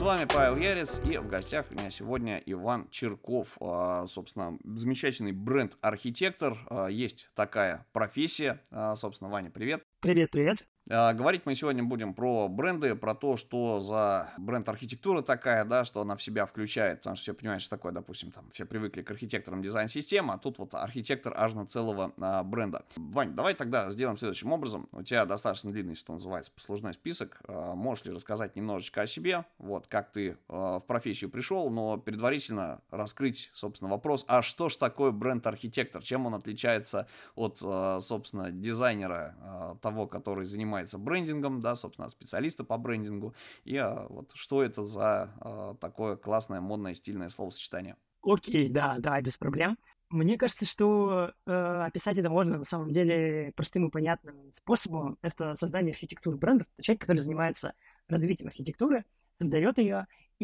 вами Павел Ярец, и в гостях у меня сегодня Иван Чирков. Собственно, замечательный бренд-архитектор. Есть такая профессия. Собственно, Ваня, привет. Привет, привет. Говорить мы сегодня будем про бренды, про то, что за бренд-архитектура такая, да, что она в себя включает, потому что все понимают, что такое, допустим, там все привыкли к архитекторам дизайн-системы, а тут вот архитектор аж на целого бренда. Вань, давай тогда сделаем следующим образом. У тебя достаточно длинный, что называется, послужной список. Можешь ли рассказать немножечко о себе, вот, как ты в профессию пришел, но предварительно раскрыть, собственно, вопрос, а что ж такое бренд-архитектор, чем он отличается от, собственно, дизайнера, того, который занимается брендингом, да, собственно, специалиста по брендингу, и вот что это за такое классное, модное, стильное словосочетание. Окей, да, без проблем. Мне кажется, что описать это можно на самом деле простым и понятным способом. Это создание архитектуры брендов. Это человек, который занимается развитием архитектуры, создает ее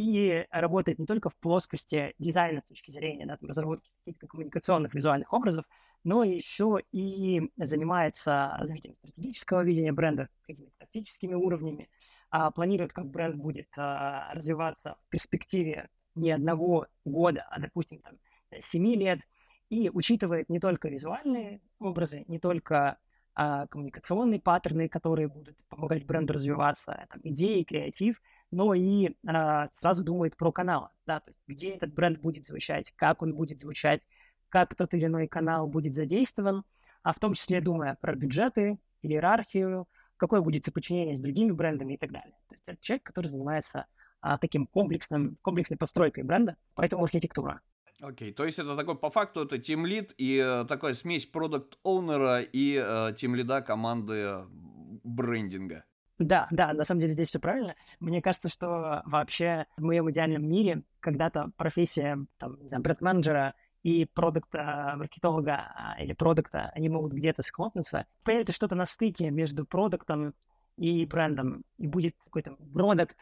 и работает не только в плоскости дизайна с точки зрения, да, там, разработки каких-то коммуникационных визуальных образов, но еще и занимается развитием стратегического видения бренда, какими-то тактическими уровнями, планирует, как бренд будет развиваться в перспективе не одного года, а, допустим, там, 7 лет, и учитывает не только визуальные образы, не только коммуникационные паттерны, которые будут помогать бренду развиваться, там, идеи, креатив, но и сразу думает про каналы, да, то есть где этот бренд будет звучать, как он будет звучать, как тот или иной канал будет задействован, а в том числе думая про бюджеты, иерархию, какое будет соподчинение с другими брендами и так далее. То есть это человек, который занимается таким комплексной постройкой бренда, поэтому архитектура. Окей, то есть это такой, по факту, это тимлид и такая смесь продакт-оунера и тимлида команды брендинга. Да, на самом деле здесь все правильно. Мне кажется, что вообще в моем идеальном мире когда-то профессия, там, не знаю, бренд-менеджера и продукта-маркетолога или продукта, они могут где-то схлопнуться. Появится что-то на стыке между продуктом и брендом, и будет какой-то продукт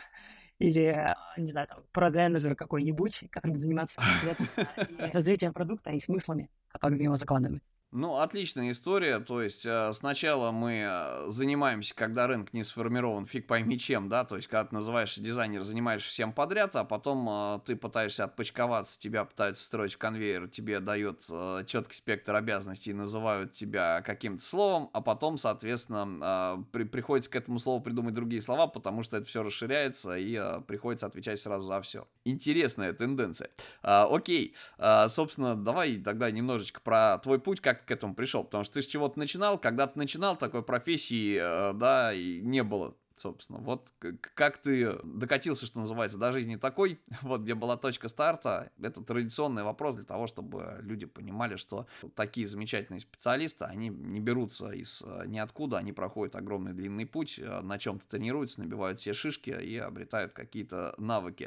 или, не знаю, там, продакт-менеджер какой-нибудь, который будет заниматься непосредственно и развитием продукта и смыслами, которые в него закладывают. Ну, отличная история, то есть сначала мы занимаемся, когда рынок не сформирован, фиг пойми чем, да, то есть когда ты называешься дизайнер, занимаешься всем подряд, а потом ты пытаешься отпочковаться, тебя пытаются строить в конвейер, тебе дает четкий спектр обязанностей, называют тебя каким-то словом, а потом, соответственно, приходится к этому слову придумать другие слова, потому что это все расширяется и приходится отвечать сразу за все. Интересная тенденция. Окей, собственно, давай тогда немножечко про твой путь, как к этому пришел, потому что ты с чего-то начинал, когда ты начинал, такой профессии, да, и не было, собственно, вот как ты докатился, что называется, до жизни такой, вот где была точка старта, это традиционный вопрос для того, чтобы люди понимали, что такие замечательные специалисты, они не берутся из ниоткуда, они проходят огромный длинный путь, на чем-то тренируются, набивают все шишки и обретают какие-то навыки,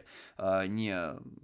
не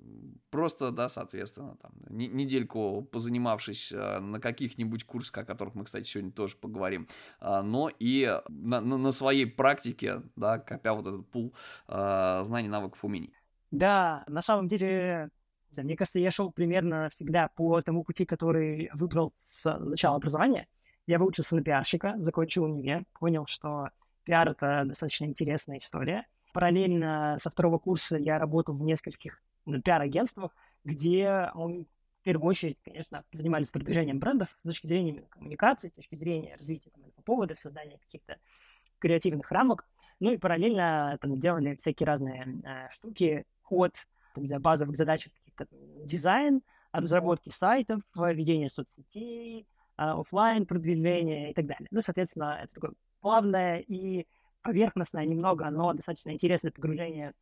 просто, да, соответственно, там, недельку позанимавшись на каких-нибудь курсах, о которых мы, кстати, сегодня тоже поговорим, но и на своей практике, да, копя вот этот пул знаний, навыков, умений. Да, на самом деле, не знаю, мне кажется, я шел примерно всегда по тому пути, который выбрал с начала образования. Я выучился на пиарщика, закончил универ, понял, что пиар — это достаточно интересная история. Параллельно со второго курса я работал в нескольких пиар-агентствах, где мы в первую очередь, конечно, занимались продвижением брендов с точки зрения именно коммуникации, с точки зрения развития там, инфоповодов, создания каких-то креативных рамок. Ну и параллельно там делали всякие разные штуки от там, не знаю, базовых задачек, каких-то дизайн, разработки сайтов, ведения соцсетей, офлайн продвижения и так далее. Ну, соответственно, это такое плавное и поверхностное немного, но достаточно интересное погружение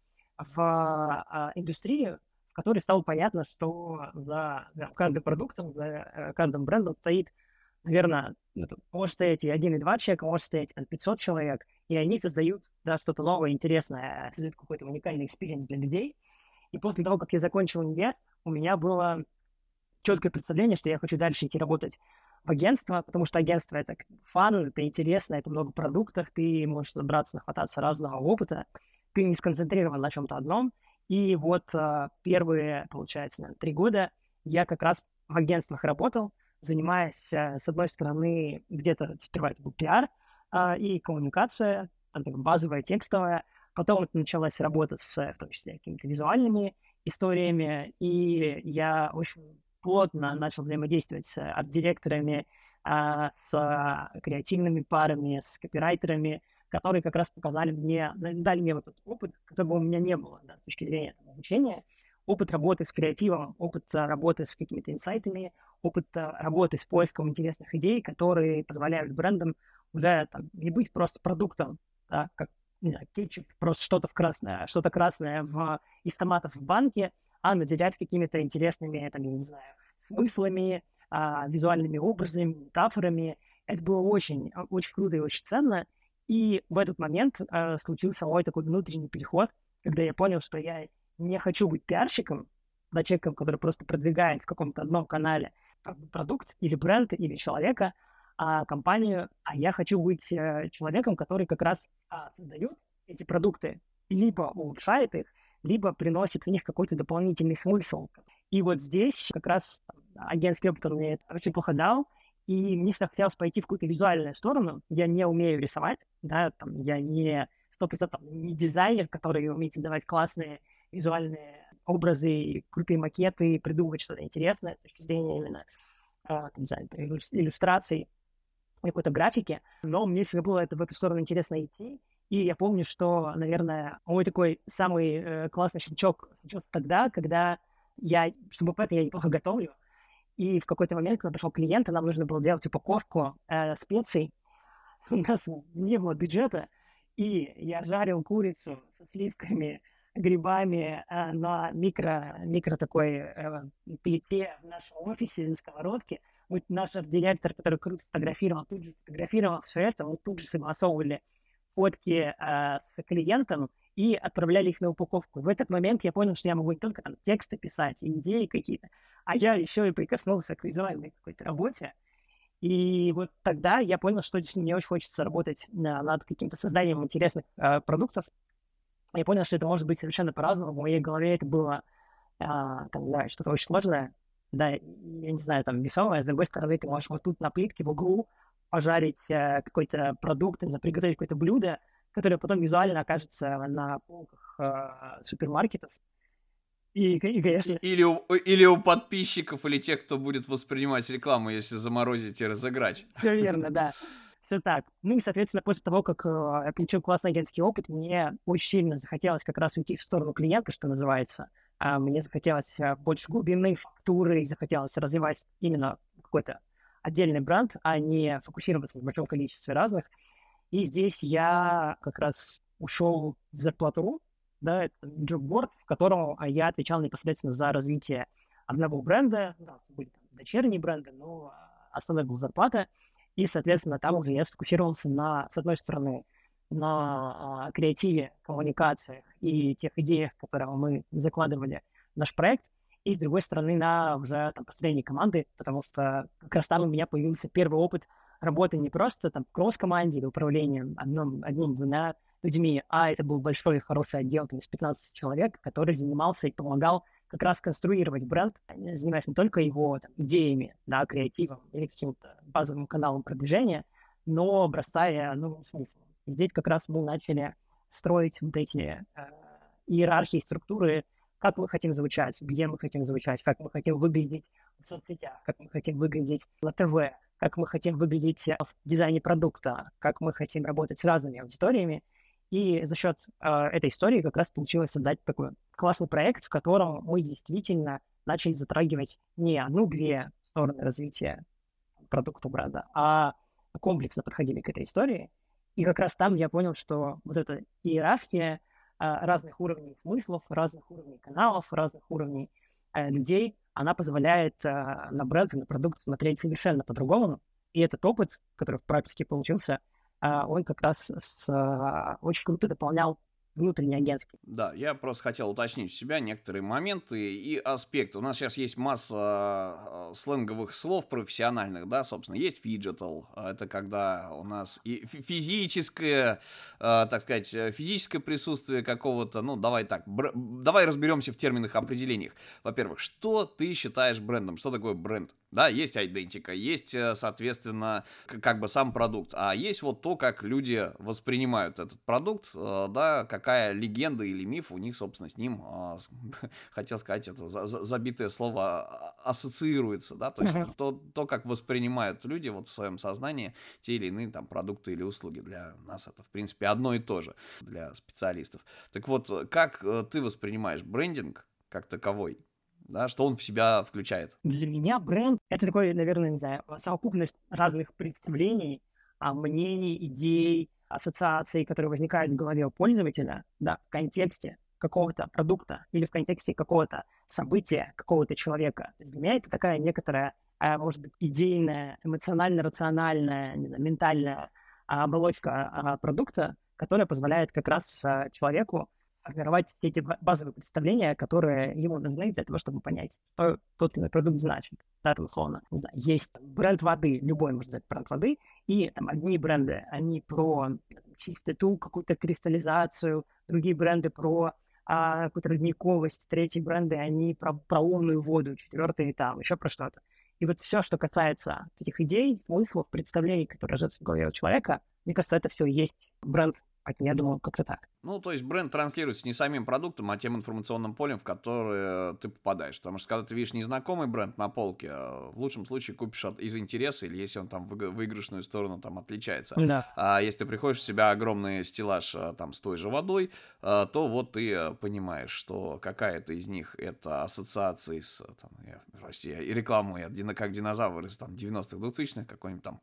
в индустрию, в которой стало понятно, что за каждым продуктом, за каждым брендом стоит, наверное, может стоять и 1, и 2 человека, может стоять 500 человек, и они создают, да, что-то новое, интересное, создают какой-то уникальный экспириенс для людей. И после того, как я закончил универ, у меня было четкое представление, что я хочу дальше идти работать в агентство, потому что агентство — это фан, это интересно, это много продуктов, ты можешь забраться, нахвататься разного опыта, ты не сконцентрирован на чем-то одном. И вот первые, получается, наверное, 3 года я как раз в агентствах работал, занимаясь, с одной стороны, где-то сперва это был пиар и коммуникация, там, базовая, текстовая, Потом это началась работа в том числе, какими-то визуальными историями, и я очень плотно начал взаимодействовать с арт-директорами, с креативными парами, с копирайтерами, которые как раз дали мне вот этот опыт, которого у меня не было, да, с точки зрения обучения, опыт работы с креативом, опыт работы с какими-то инсайтами, опыт работы с поиском интересных идей, которые позволяют брендам уже там, не быть просто продуктом, да, как, не знаю, кетчуп, просто что-то красное из томатов в банке, а наделять какими-то интересными, там, я не знаю, смыслами, визуальными образами, метафорами. Это было очень, очень круто и очень ценно. И в этот момент случился мой такой внутренний переход, когда я понял, что я не хочу быть пиарщиком, да, человеком, который просто продвигает в каком-то одном канале продукт или бренд, или человека, компанию, а я хочу быть человеком, который как раз создает эти продукты, либо улучшает их, либо приносит в них какой-то дополнительный смысл. И вот здесь как раз агентский опыт он мне это очень плохо дал, и мне всегда хотелось пойти в какую-то визуальную сторону. Я не умею рисовать, да, там, я не 100% не дизайнер, который умеет создавать классные визуальные образы, и крутые макеты, и придумывать что-то интересное с точки зрения именно не знаю, иллюстраций, какой-то графики. Но мне всегда было в эту сторону интересно идти. И я помню, что, наверное, мой такой самый классный щелчок случился тогда, когда чтобы поэтому я неплохо готовлю. И в какой-то момент, когда пришел клиент, и нам нужно было делать упаковку специй, у нас не было бюджета, и я жарил курицу со сливками, грибами на микро такой плите в нашем офисе на сковородке. Вот наш арт-директор, который круто фотографировал, тут же фотографировал все это, мы тут же согласовывали фотки с клиентом и отправляли их на упаковку. В этот момент я понял, что я могу не только там тексты писать, идеи какие-то, а я еще и прикоснулся к визуальной какой-то работе. И вот тогда я понял, что мне очень хочется работать над каким-то созданием интересных продуктов. Я понял, что это может быть совершенно по-разному. В моей голове это было там, да, что-то очень сложное, да, я не знаю, там, весомое. С другой стороны, ты можешь вот тут на плитке в углу пожарить какой-то продукт, приготовить какое-то блюдо, которое потом визуально окажется на полках супермаркетов. Конечно... Или у подписчиков, или тех, кто будет воспринимать рекламу, если заморозить и разыграть. Все верно, да. Все так. Ну и, соответственно, после того, как я получил классный агентский опыт, мне очень сильно захотелось как раз уйти в сторону клиента, что называется. Мне захотелось больше глубины, фактуры, и захотелось развивать именно какой-то отдельный бренд, а не фокусироваться в большом количестве разных. И здесь я как раз ушел в зарплату, да, это джобборд, в котором я отвечал непосредственно за развитие одного бренда, да, были там дочерние бренды, но основной был зарплата, и, соответственно, там уже я сфокусировался с одной стороны, на креативе, коммуникациях и тех идеях, которые мы закладывали в наш проект, и, с другой стороны, на уже там построении команды, потому что как раз там у меня появился первый опыт работы не просто там в кросс-команде или управлением одним-двумя людьми, а это был большой хороший отдел там, из 15 человек, который занимался и помогал как раз конструировать бренд, занимаясь не только его там, идеями, да, креативом или каким-то базовым каналом продвижения, но бросая новым смыслом. И здесь как раз мы начали строить вот эти иерархии, структуры, как мы хотим звучать, где мы хотим звучать, как мы хотим выглядеть в соцсетях, как мы хотим выглядеть на ТВ, как мы хотим выглядеть в дизайне продукта, как мы хотим работать с разными аудиториями. И за счет этой истории как раз получилось создать такой классный проект, в котором мы действительно начали затрагивать не одну-две стороны развития продукта бренда, а комплексно подходили к этой истории. И как раз там я понял, что вот эта иерархия разных уровней смыслов, разных уровней каналов, разных уровней людей, она позволяет на бренд и на продукт смотреть совершенно по-другому. И этот опыт, который в практике получился, он как раз очень круто дополнял внутренний агентский. Да, я просто хотел уточнить у себя некоторые моменты и аспекты. У нас сейчас есть масса сленговых слов профессиональных, да, собственно, есть фиджитал, это когда у нас и физическое, так сказать, физическое присутствие какого-то, ну, давай так, давай разберемся в терминах определениях. Во-первых, что ты считаешь брендом? Что такое бренд? Да, есть идентика, есть, соответственно, как бы сам продукт, а есть вот то, как люди воспринимают этот продукт, да, как какая легенда или миф у них, собственно, с ним, хотел сказать, это забитое слово ассоциируется, да, то есть Мгм. то, как воспринимают люди вот в своем сознании те или иные там продукты или услуги. Для нас это, в принципе, одно и то же, для специалистов. Так вот, как ты воспринимаешь брендинг как таковой, да, что он в себя включает? Для меня бренд — это такой, наверное, не знаю, совокупность разных представлений, мнений, идей, ассоциаций, которые возникают в голове у пользователя, да, в контексте какого-то продукта или в контексте какого-то события, какого-то человека. То есть для меня это такая некоторая, может быть, идейная, эмоционально-рациональная, не знаю, ментальная оболочка продукта, которая позволяет как раз человеку сформировать все эти базовые представления, которые ему нужны для того, чтобы понять, что тот или иной продукт значит. Да, там, условно, не знаю, есть там бренд воды, любой, можно сказать, бренд воды, и там одни бренды, они про чистоту, какую-то кристаллизацию, другие бренды про какую-то родниковость, третьи бренды, они про умную воду, четвертые там, еще про что-то. И вот все, что касается этих идей, смыслов, представлений, которые рождаются в голове у человека, мне кажется, это все есть бренд. Поэтому я думаю, как-то так. Ну, то есть бренд транслируется не самим продуктом, а тем информационным полем, в которое ты попадаешь. Потому что когда ты видишь незнакомый бренд на полке, в лучшем случае купишь из интереса, или если он там в выигрышную сторону там отличается. Да. А если ты приходишь, у себя огромный стеллаж там с той же водой, то вот ты понимаешь, что какая-то из них это ассоциации с, там, прости, я и рекламу, как динозавр из там 90-х, 2000-х, какой-нибудь там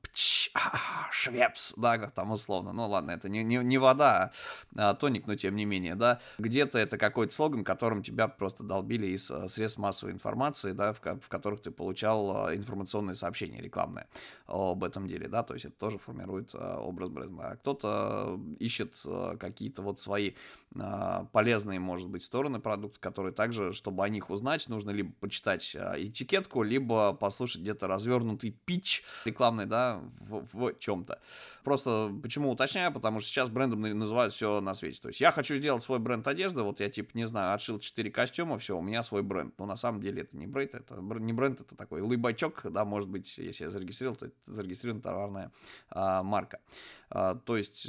Швепс, да, как там условно. Ну ладно, это не вода, а тоник, но тем не менее, да. Где-то это какой-то слоган, которым тебя просто долбили из средств массовой информации, да, в которых ты получал информационные сообщения рекламные об этом деле, да, то есть это тоже формирует образ бренда. А кто-то ищет какие-то вот свои полезные, может быть, стороны продукта, которые также, чтобы о них узнать, нужно либо почитать этикетку, либо послушать где-то развернутый питч рекламный, да, в чем-то. Просто почему уточняю, потому что сейчас брендом называют все на свете. То есть я хочу сделать свой бренд одежды, вот я типа, не знаю, отшил 4 костюма, все, у меня свой бренд. Но на самом деле это не бренд, это такой лыбачок, да, может быть, если я зарегистрировал, то это зарегистрирована товарная марка. То есть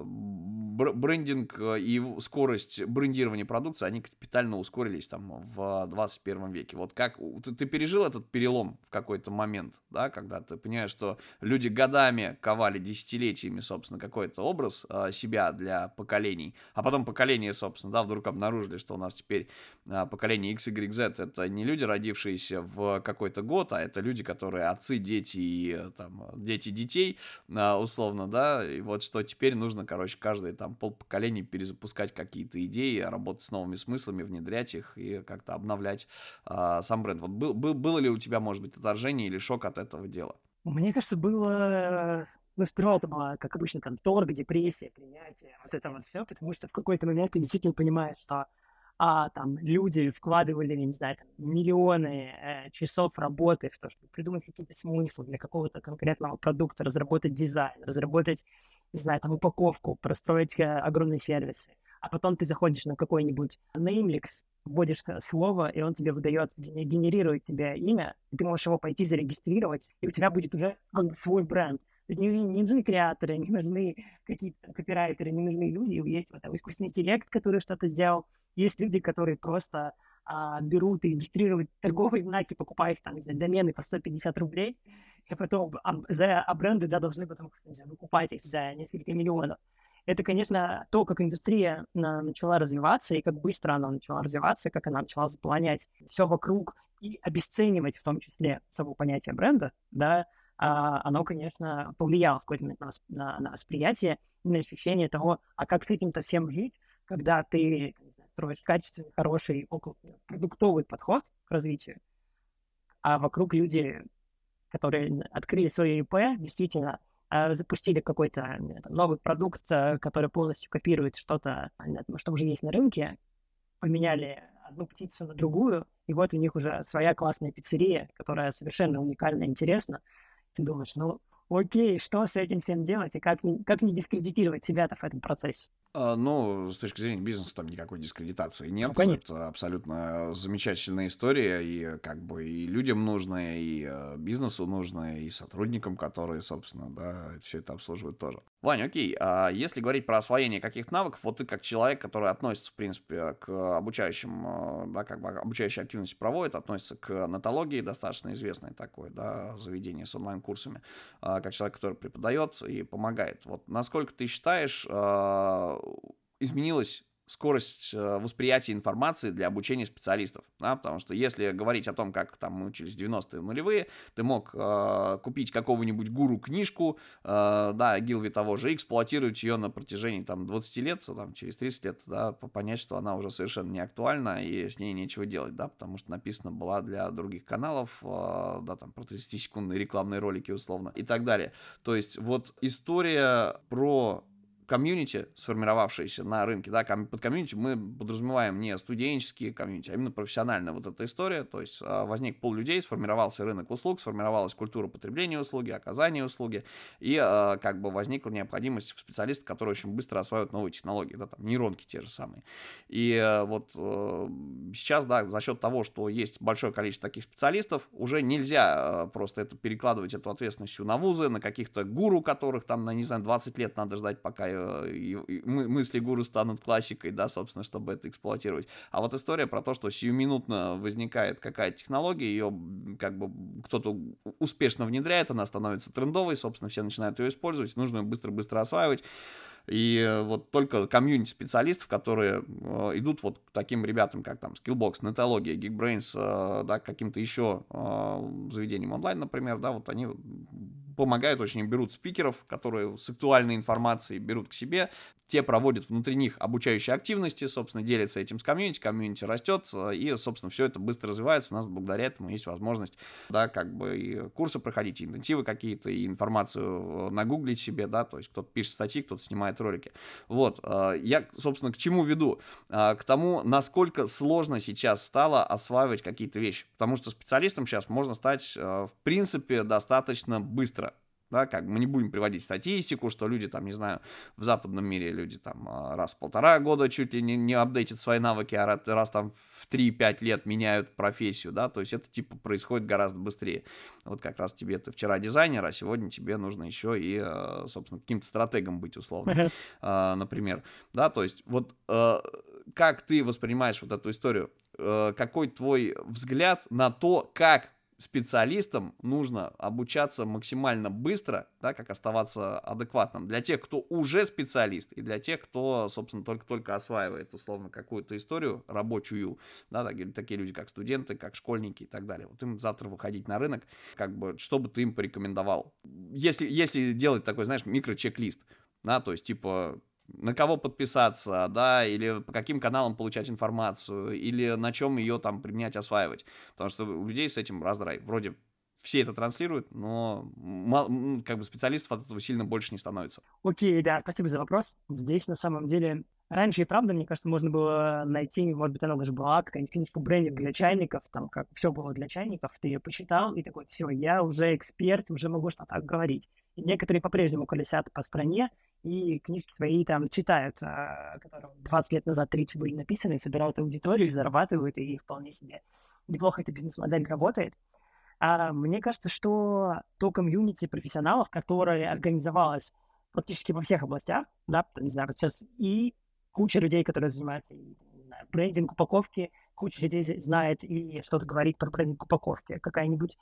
брендинг и скорость брендирования продукции, они капитально ускорились там в 21 веке. Вот как ты пережил этот перелом в какой-то момент, да, когда ты понимаешь, что люди годами ковали, десятилетиями, собственно, какой-то образ себя для поколений, а потом поколение, собственно, да, вдруг обнаружили, что у нас теперь поколение X, Y, Z это не люди, родившиеся в какой-то год, а это люди, которые отцы, дети и там дети детей, условно, да, и вот что теперь нужно, короче, каждые там полпоколения перезапускать какие-то идеи, работать с новыми смыслами, внедрять их и как-то обновлять сам бренд. Вот было ли у тебя, может быть, отторжение или шок от этого дела? Мне кажется, было... Ну, сперва это было, как обычно, там, торг, депрессия, принятие, вот это вот все, потому что в какой-то момент ты действительно понимаешь, что там люди вкладывали, не знаю, там, миллионы часов работы в то, чтобы придумать какие-то смыслы для какого-то конкретного продукта, разработать дизайн, разработать, не знаю, там, упаковку, простроить огромные сервисы. А потом ты заходишь на какой-нибудь Namelix, вводишь слово, и он тебе выдает, генерирует тебе имя, и ты можешь его пойти зарегистрировать, и у тебя будет уже как бы свой бренд. То есть не нужны креаторы, не нужны какие-то копирайтеры, не нужны люди. Есть вот искусственный интеллект, который что-то сделал. Есть люди, которые просто берут и регистрируют торговые знаки, покупают там, не знаю, домены по 150 рублей, и потом бренды, да, должны потом, не знаю, выкупать их за несколько миллионов. Это, конечно, то, как индустрия начала развиваться, и как быстро она начала развиваться, как она начала заполонять все вокруг и обесценивать в том числе само понятие бренда, да, оно, конечно, повлияло в какой-то момент на восприятие и на ощущение того, а как с этим-то всем жить, когда ты, не знаю, строишь качественный, хороший, продуктовый подход к развитию, а вокруг люди, которые открыли свое ИП, действительно запустили какой-то новый продукт, который полностью копирует что-то, что уже есть на рынке, поменяли одну птицу на другую, и вот у них уже своя классная пиццерия, которая совершенно уникальна и интересна. Ты думаешь, ну окей, что с этим всем делать, и как не дискредитировать себя-то в этом процессе? Ну, с точки зрения бизнеса там никакой дискредитации Ну, нет. конечно. Это абсолютно замечательная история, и как бы и людям нужная, и бизнесу нужная, и сотрудникам, которые, собственно, да, все это обслуживают тоже. Вань, окей, а если говорить про освоение каких навыков, вот ты как человек, который относится, в принципе, к обучающим, да, как бы обучающие активности проводит, относится к нотологии, достаточно известное такое, да, заведение с онлайн-курсами, как человек, который преподает и помогает. Вот насколько ты считаешь, изменилась скорость восприятия информации для обучения специалистов, да, потому что если говорить о том, как там мы учились в 90-е нулевые, ты мог купить какого-нибудь гуру книжку, да, Гилви того же, и эксплуатировать ее на протяжении там 20 лет, там, через 30 лет, да, понять, что она уже совершенно не актуальна и с ней нечего делать, да, потому что написана была для других каналов, да, там, про 30-секундные рекламные ролики условно и так далее. То есть вот история про комьюнити, сформировавшееся на рынке, да, под комьюнити мы подразумеваем не студенческие комьюнити, а именно профессиональная вот эта история, то есть возник пул людей, сформировался рынок услуг, сформировалась культура потребления услуги, оказания услуги, и как бы возникла необходимость в специалистах, которые очень быстро осваивают новые технологии, да, там нейронки те же самые. И вот сейчас, да, за счет того, что есть большое количество таких специалистов, уже нельзя просто это перекладывать, эту ответственность на вузы, на каких-то гуру, которых там, на, не знаю, 20 лет надо ждать, пока мысли гуру станут классикой, да, собственно, чтобы это эксплуатировать. А вот история про то, что сиюминутно возникает какая-то технология, ее как бы кто-то успешно внедряет, она становится трендовой, собственно, все начинают ее использовать, нужно ее быстро-быстро осваивать. И вот только комьюнити специалистов, которые идут вот к таким ребятам, как там Skillbox, Netologia, Geekbrains, да, к каким-то еще заведениям онлайн, например, да, вот они помогают очень, берут спикеров, которые с актуальной информацией берут к себе, те проводят внутри них обучающие активности, собственно, делятся этим с комьюнити растет, и, собственно, все это быстро развивается, у нас благодаря этому есть возможность, да, как бы и курсы проходить, и интенсивы какие-то, и информацию нагуглить себе, да, то есть кто-то пишет статьи, кто-то снимает ролики. Вот, я, собственно, к чему веду? К тому, насколько сложно сейчас стало осваивать какие-то вещи, потому что специалистом сейчас можно стать, в принципе, достаточно быстро. Да, как мы не будем приводить статистику, что люди там, не знаю, в западном мире люди там раз в 1,5 года чуть ли не апдейтят свои навыки, а раз там в 3-5 лет меняют профессию, да, то есть это типа происходит гораздо быстрее. Вот как раз тебе ты вчера дизайнер, а сегодня тебе нужно еще и, собственно, каким-то стратегом быть условно, например, да, то есть вот как ты воспринимаешь вот эту историю, какой твой взгляд на то, как специалистам нужно обучаться максимально быстро, да, как оставаться адекватным для тех, кто уже специалист, и для тех, кто, собственно, только-только осваивает, условно, какую-то историю рабочую, да, такие люди, как студенты, как школьники и так далее. Вот им завтра выходить на рынок, как бы, что бы ты им порекомендовал? Если делать такой, знаешь, микро-чек-лист, да, то есть, типа, на кого подписаться, да, или по каким каналам получать информацию, или на чем ее там применять, осваивать. Потому что у людей с этим раздрай. Вроде все это транслируют, но как бы специалистов от этого сильно больше не становится. Окей, да, спасибо за вопрос. Здесь, на самом деле, раньше и правда, мне кажется, можно было найти, может быть, она даже была, какая-нибудь книжка брендинг для чайников, там, как все было для чайников, ты ее почитал, и такой, все, я уже эксперт, уже могу что-то так говорить. И некоторые по-прежнему колесят по стране, и книжки свои там читают, которые 20 лет назад, 30 были написаны, собирают аудиторию, зарабатывают, и вполне себе неплохо эта бизнес-модель работает. Мне кажется, что то комьюнити профессионалов, которое организовалось практически во всех областях, да, не знаю, вот сейчас и куча людей, которые занимаются, не знаю, брендинг упаковки, куча людей знает и что-то говорит про брендинг упаковки, какая-нибудь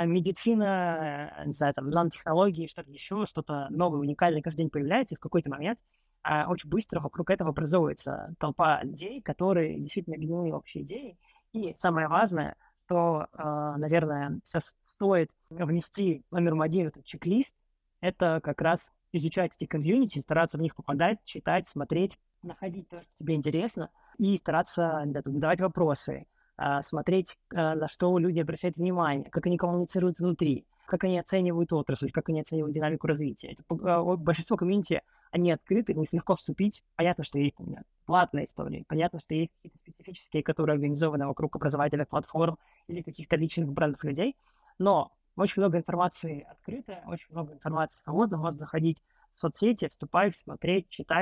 медицина, не знаю, там, нанотехнологии, что-то еще, что-то новое, уникальное каждый день появляется, и в какой-то момент очень быстро вокруг этого образовывается толпа людей, которые действительно объединены общей идеей, и самое важное — то, наверное, сейчас стоит внести номером 1 этот чек-лист. Это как раз изучать эти комьюнити, стараться в них попадать, читать, смотреть, находить то, что тебе интересно, и стараться задавать вопросы, смотреть, на что люди обращают внимание, как они коммуницируют внутри, как они оценивают отрасль, как они оценивают динамику развития. Большинство комьюнити, они открыты, в них легко вступить. Понятно, что есть платные истории, понятно, что есть какие-то специфические, которые организованы вокруг образовательных платформ или каких-то личных брендов людей, но очень много информации открыто, очень много информации свободно, можно заходить в соцсети, вступать, смотреть, читать,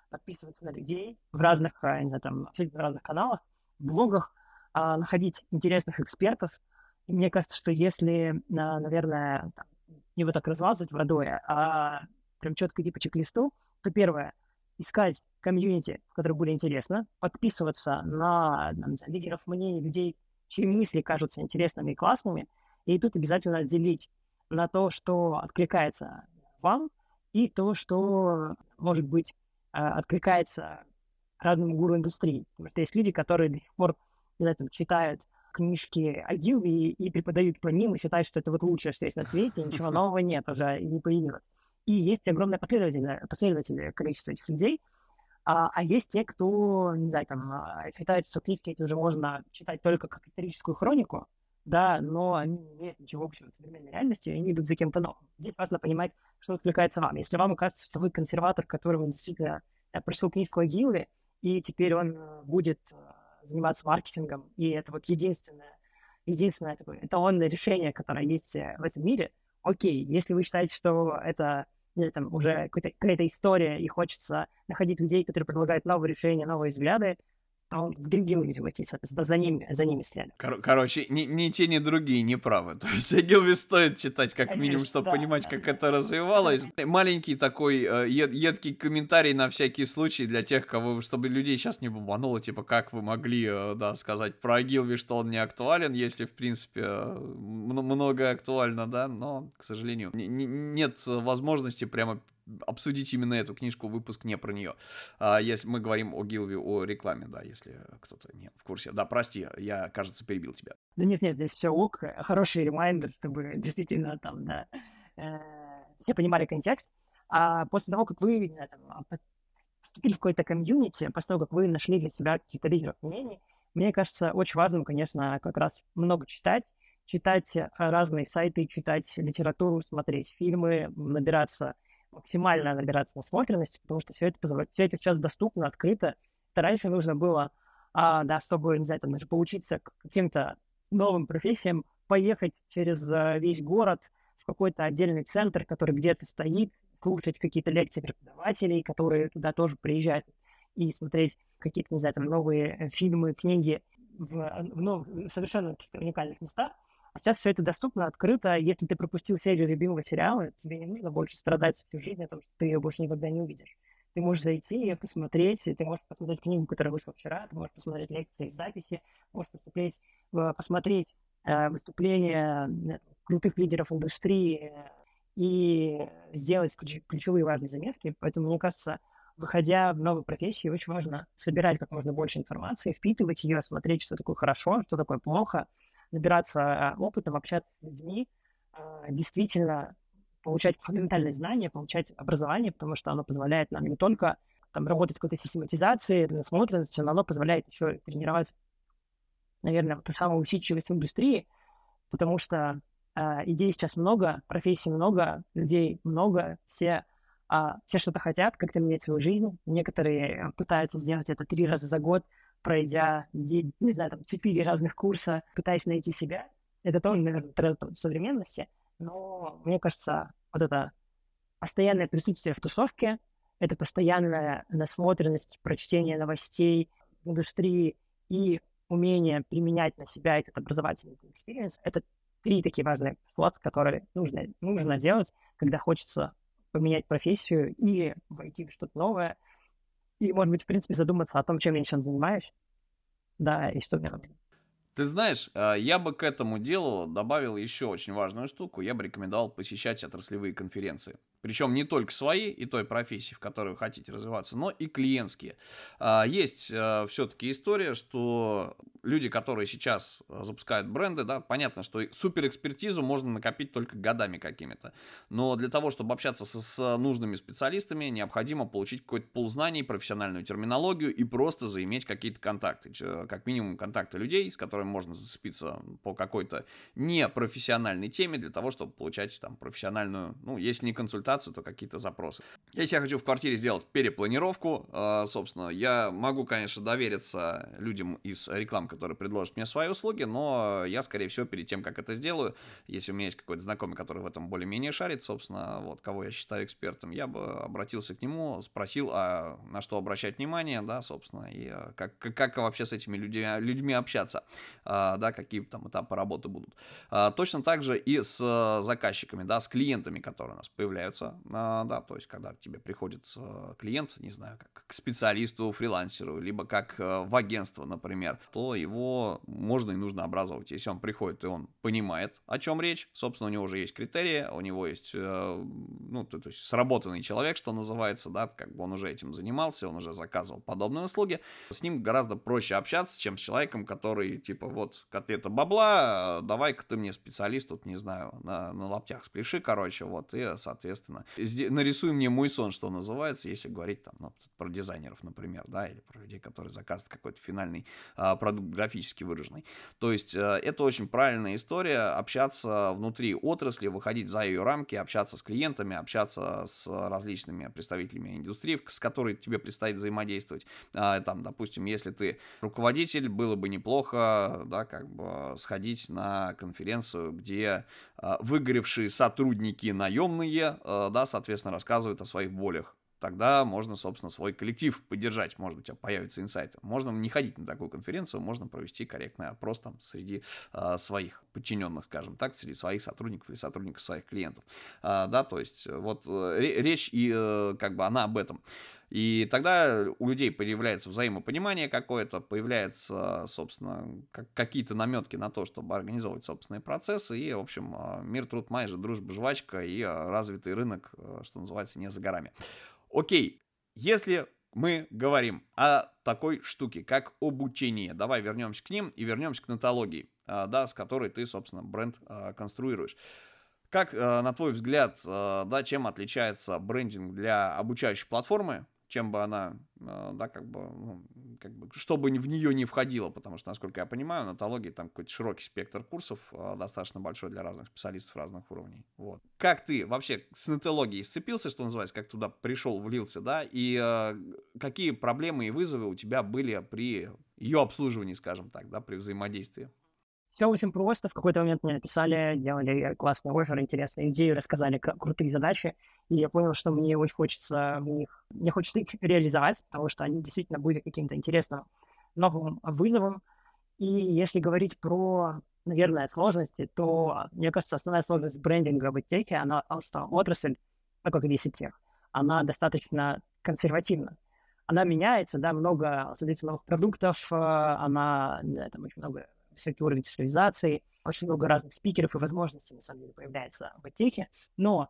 подписываться на людей в разных, не знаю, там, абсолютно разных каналах, блогах, находить интересных экспертов. И мне кажется, что если, наверное, там, не вот так размазывать водой, а прям четко идти по чек-листу, то первое — искать комьюнити, в которое будет интересно, подписываться на там, лидеров мнений, людей, чьи мысли кажутся интересными и классными, и тут обязательно делить на то, что откликается вам, и то, что, может быть, откликается разным гуру индустрии. Потому что есть люди, которые до сих пор, не знаю, там, читают книжки о Гилве и преподают по ним, и считают, что это вот лучшее, что есть на свете, и ничего нового нет уже, и не появилось. И есть огромное последовательное количество этих людей, а есть те, кто, не знаю, там, считает, что книжки эти уже можно читать только как историческую хронику, да, но они не имеют ничего общего с современной реальностью, и они идут за кем-то новым. Здесь важно понимать, что откликается вам. Если вам кажется, что вы консерватор, которому действительно прочел книжку о Гилле, и теперь он будет заниматься маркетингом, и это вот единственное такое эталонное решение, которое есть в этом мире, окей. Если вы считаете, что это там уже какая-то история, и хочется находить людей, которые предлагают новые решения, новые взгляды, то к другим людям идти, соответственно, за ними следовать. Короче, ни те, ни другие не правы. То есть о Гилве стоит читать как минимум, Конечно, чтобы да, понимать, как это развивалось. Маленький такой едкий комментарий на всякий случай для тех, чтобы людей сейчас не бомбануло, типа, как вы могли, да, сказать про Гилви, что он не актуален, если, в принципе, многое актуально, да, но, к сожалению, нет возможности прямо обсудить именно эту книжку, выпуск не про нее. Если мы говорим о Гилве, о рекламе, да, если кто-то не в курсе. Да, прости, я, кажется, перебил тебя. Да нет, здесь все ок, хороший ремайндер, чтобы действительно там, да, все понимали контекст. А после того, как вы, не знаю, там, вступили в какой-то комьюнити, после того, как вы нашли для себя каких-то лидеров мнений, мне кажется, очень важным, конечно, как раз много читать разные сайты, читать литературу, смотреть фильмы, максимально набираться насмотренности, потому что все это сейчас доступно, открыто. Это раньше нужно было, да, чтобы, не знаю, там, даже поучиться к каким-то новым профессиям, поехать через весь город в какой-то отдельный центр, который где-то стоит, слушать какие-то лекции преподавателей, которые туда тоже приезжают, и смотреть какие-то, не знаю, там, новые фильмы, книги в совершенно каких-то уникальных местах. А сейчас все это доступно, открыто. Если ты пропустил серию любимого сериала, тебе не нужно больше страдать всю жизнь о том, что ты ее больше никогда не увидишь. Ты можешь зайти и посмотреть, и ты можешь посмотреть книгу, которая вышла вчера, ты можешь посмотреть лекции, записи, можешь посмотреть выступления крутых лидеров индустрии и сделать ключевые важные заметки. Поэтому, мне кажется, выходя в новую профессию, очень важно собирать как можно больше информации, впитывать ее, смотреть, что такое хорошо, что такое плохо, набираться опытом, общаться с людьми, действительно получать фундаментальные знания, получать образование, потому что оно позволяет нам не только там, работать в какой-то систематизации, насмотренности, но оно позволяет еще тренировать, наверное, ту самую усидчивость в индустрии, потому что идей сейчас много, профессий много, людей много, все что-то хотят, как-то менять свою жизнь. Некоторые пытаются сделать это 3 раза за год, пройдя, не знаю, там, 4 разных курса, пытаясь найти себя. Это тоже, наверное, тренд современности. Но, мне кажется, вот это постоянное присутствие в тусовке, это постоянная насмотренность, прочтение новостей в индустрии и умение применять на себя этот образовательный экспириенс — это 3 такие важные вклада, которые нужно делать, когда хочется поменять профессию и войти в что-то новое, и, может быть, в принципе, задуматься о том, чем я сейчас занимаюсь, да, и что мне надо. Ты знаешь, я бы к этому делу добавил еще очень важную штуку. Я бы рекомендовал посещать отраслевые конференции. Причем не только свои и той профессии, в которой вы хотите развиваться, но и клиентские. Есть все-таки история, что люди, которые сейчас запускают бренды, да, понятно, что суперэкспертизу можно накопить только годами какими-то. Но для того, чтобы общаться с нужными специалистами, необходимо получить какой-то пул знаний, профессиональную терминологию и просто заиметь какие-то контакты. Как минимум контакты людей, с которыми которыми можно зацепиться по какой-то непрофессиональной теме для того, чтобы получать там профессиональную, ну, если не консультацию, то какие-то запросы. Если я хочу в квартире сделать перепланировку, собственно, я могу, конечно, довериться людям из реклам, которые предложат мне свои услуги, но я, скорее всего, перед тем, как это сделаю, если у меня есть какой-то знакомый, который в этом более-менее шарит, собственно, вот, кого я считаю экспертом, я бы обратился к нему, спросил, на что обращать внимание, да, собственно, и как вообще с этими людьми общаться, да, какие там этапы работы будут. Точно так же и с заказчиками, да, с клиентами, которые у нас появляются, да, то есть, когда к тебе приходит клиент, не знаю, как к специалисту, фрилансеру, либо как в агентство, например, то его можно и нужно образовывать. Если он приходит и он понимает, о чем речь, собственно, у него уже есть критерии, у него есть, ну, то есть сработанный человек, что называется, да, как бы он уже этим занимался, он уже заказывал подобные услуги, с ним гораздо проще общаться, чем с человеком, который, типа, вот, котлета бабла, давай-ка ты мне специалист, тут, не знаю, на лаптях спляши, короче, вот, и, соответственно, нарисуй мне мой сон, что называется, если говорить там, ну, про дизайнеров, например, да, или про людей, которые заказывают какой-то финальный продукт графически выраженный. То есть это очень правильная история, общаться внутри отрасли, выходить за ее рамки, общаться с клиентами, общаться с различными представителями индустрии, с которой тебе предстоит взаимодействовать. Там, допустим, если ты руководитель, было бы неплохо, да, как бы сходить на конференцию, где выгоревшие сотрудники наемные, да, соответственно, рассказывают о своих болях. Тогда можно, собственно, свой коллектив поддержать, может быть, у тебя появятся инсайты. Можно не ходить на такую конференцию, можно провести корректный опрос там среди своих подчиненных, скажем так, среди своих сотрудников или сотрудников своих клиентов. Да, то есть вот речь и как бы она об этом. И тогда у людей появляется взаимопонимание какое-то, появляются, собственно, какие-то наметки на то, чтобы организовывать собственные процессы. И, в общем, мир, труд, майже, дружба, жвачка и развитый рынок, что называется, не за горами. Окей, если мы говорим о такой штуке, как обучение, давай вернемся к ним и вернемся к нотологии, да, с которой ты, собственно, бренд конструируешь. Как, на твой взгляд, да, чем отличается брендинг для обучающей платформы, чем бы она, да, как бы, ну, чтобы в нее не входило, потому что, насколько я понимаю, нотология там какой-то широкий спектр курсов, достаточно большой для разных специалистов разных уровней. Вот. Как ты вообще с нотологией сцепился, что называется, как туда пришел, влился, да, и какие проблемы и вызовы у тебя были при ее обслуживании, скажем так, да, при взаимодействии? Все очень просто. В какой-то момент мне написали, делали классный оффер, интересные идеи, рассказали крутые задачи. И я понял, что мне очень хочется мне хочется их реализовать, потому что они действительно были каким-то интересным новым вызовом. И если говорить про, наверное, сложности, то, мне кажется, основная сложность брендинга в ИТ-техе, она просто отрасль, ну, как и весь ИТ-тех, она достаточно консервативна. Она меняется, да, много создается новых продуктов, она, не знаю, там очень много высокий уровень цифровизации, очень много разных спикеров и возможностей, на самом деле, появляется в ИТ-техе, но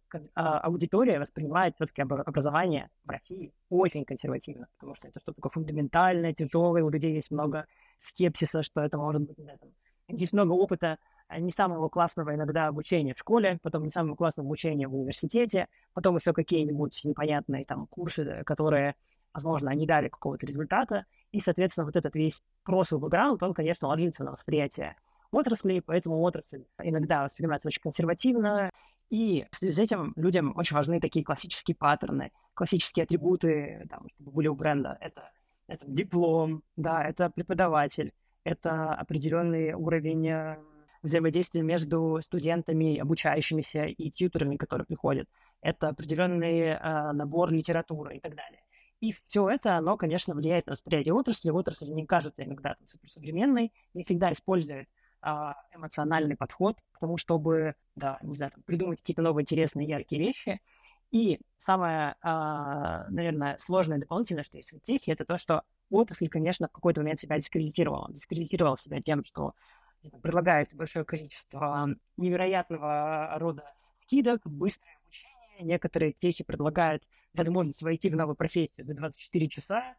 аудитория воспринимает все-таки образование в России очень консервативно, потому что это что-то такое фундаментальное, тяжелое, у людей есть много скепсиса, что это может быть, не знаю, там, есть много опыта не самого классного иногда обучения в школе, потом не самого классного обучения в университете, потом еще какие-нибудь непонятные там курсы, которые, возможно, не дали какого-то результата, и, соответственно, вот этот весь прошлый бэкграунд, он, конечно, ложится на восприятие отрасли, поэтому отрасль иногда воспринимается очень консервативно, и в связи с этим людям очень важны такие классические паттерны, классические атрибуты, там, чтобы были у бренда. Это диплом, да, это преподаватель, это определенный уровень взаимодействия между студентами, обучающимися и тьюторами, которые приходят. Это определенный набор литературы и так далее. И все это, оно, конечно, влияет на восприятие отрасли. Отрасль не кажется иногда суперсовременной, не всегда использует эмоциональный подход к тому, чтобы, да, не знаю, там, придумать какие-то новые интересные, яркие вещи. И самое, наверное, сложное дополнительное, что есть в техе, это то, что отрасль, конечно, в какой-то момент себя дискредитировала. Дискредитировала себя тем, что предлагает большое количество невероятного рода скидок, быстрое обучение. Некоторые техи предлагают возможность войти в новую профессию за 24 часа,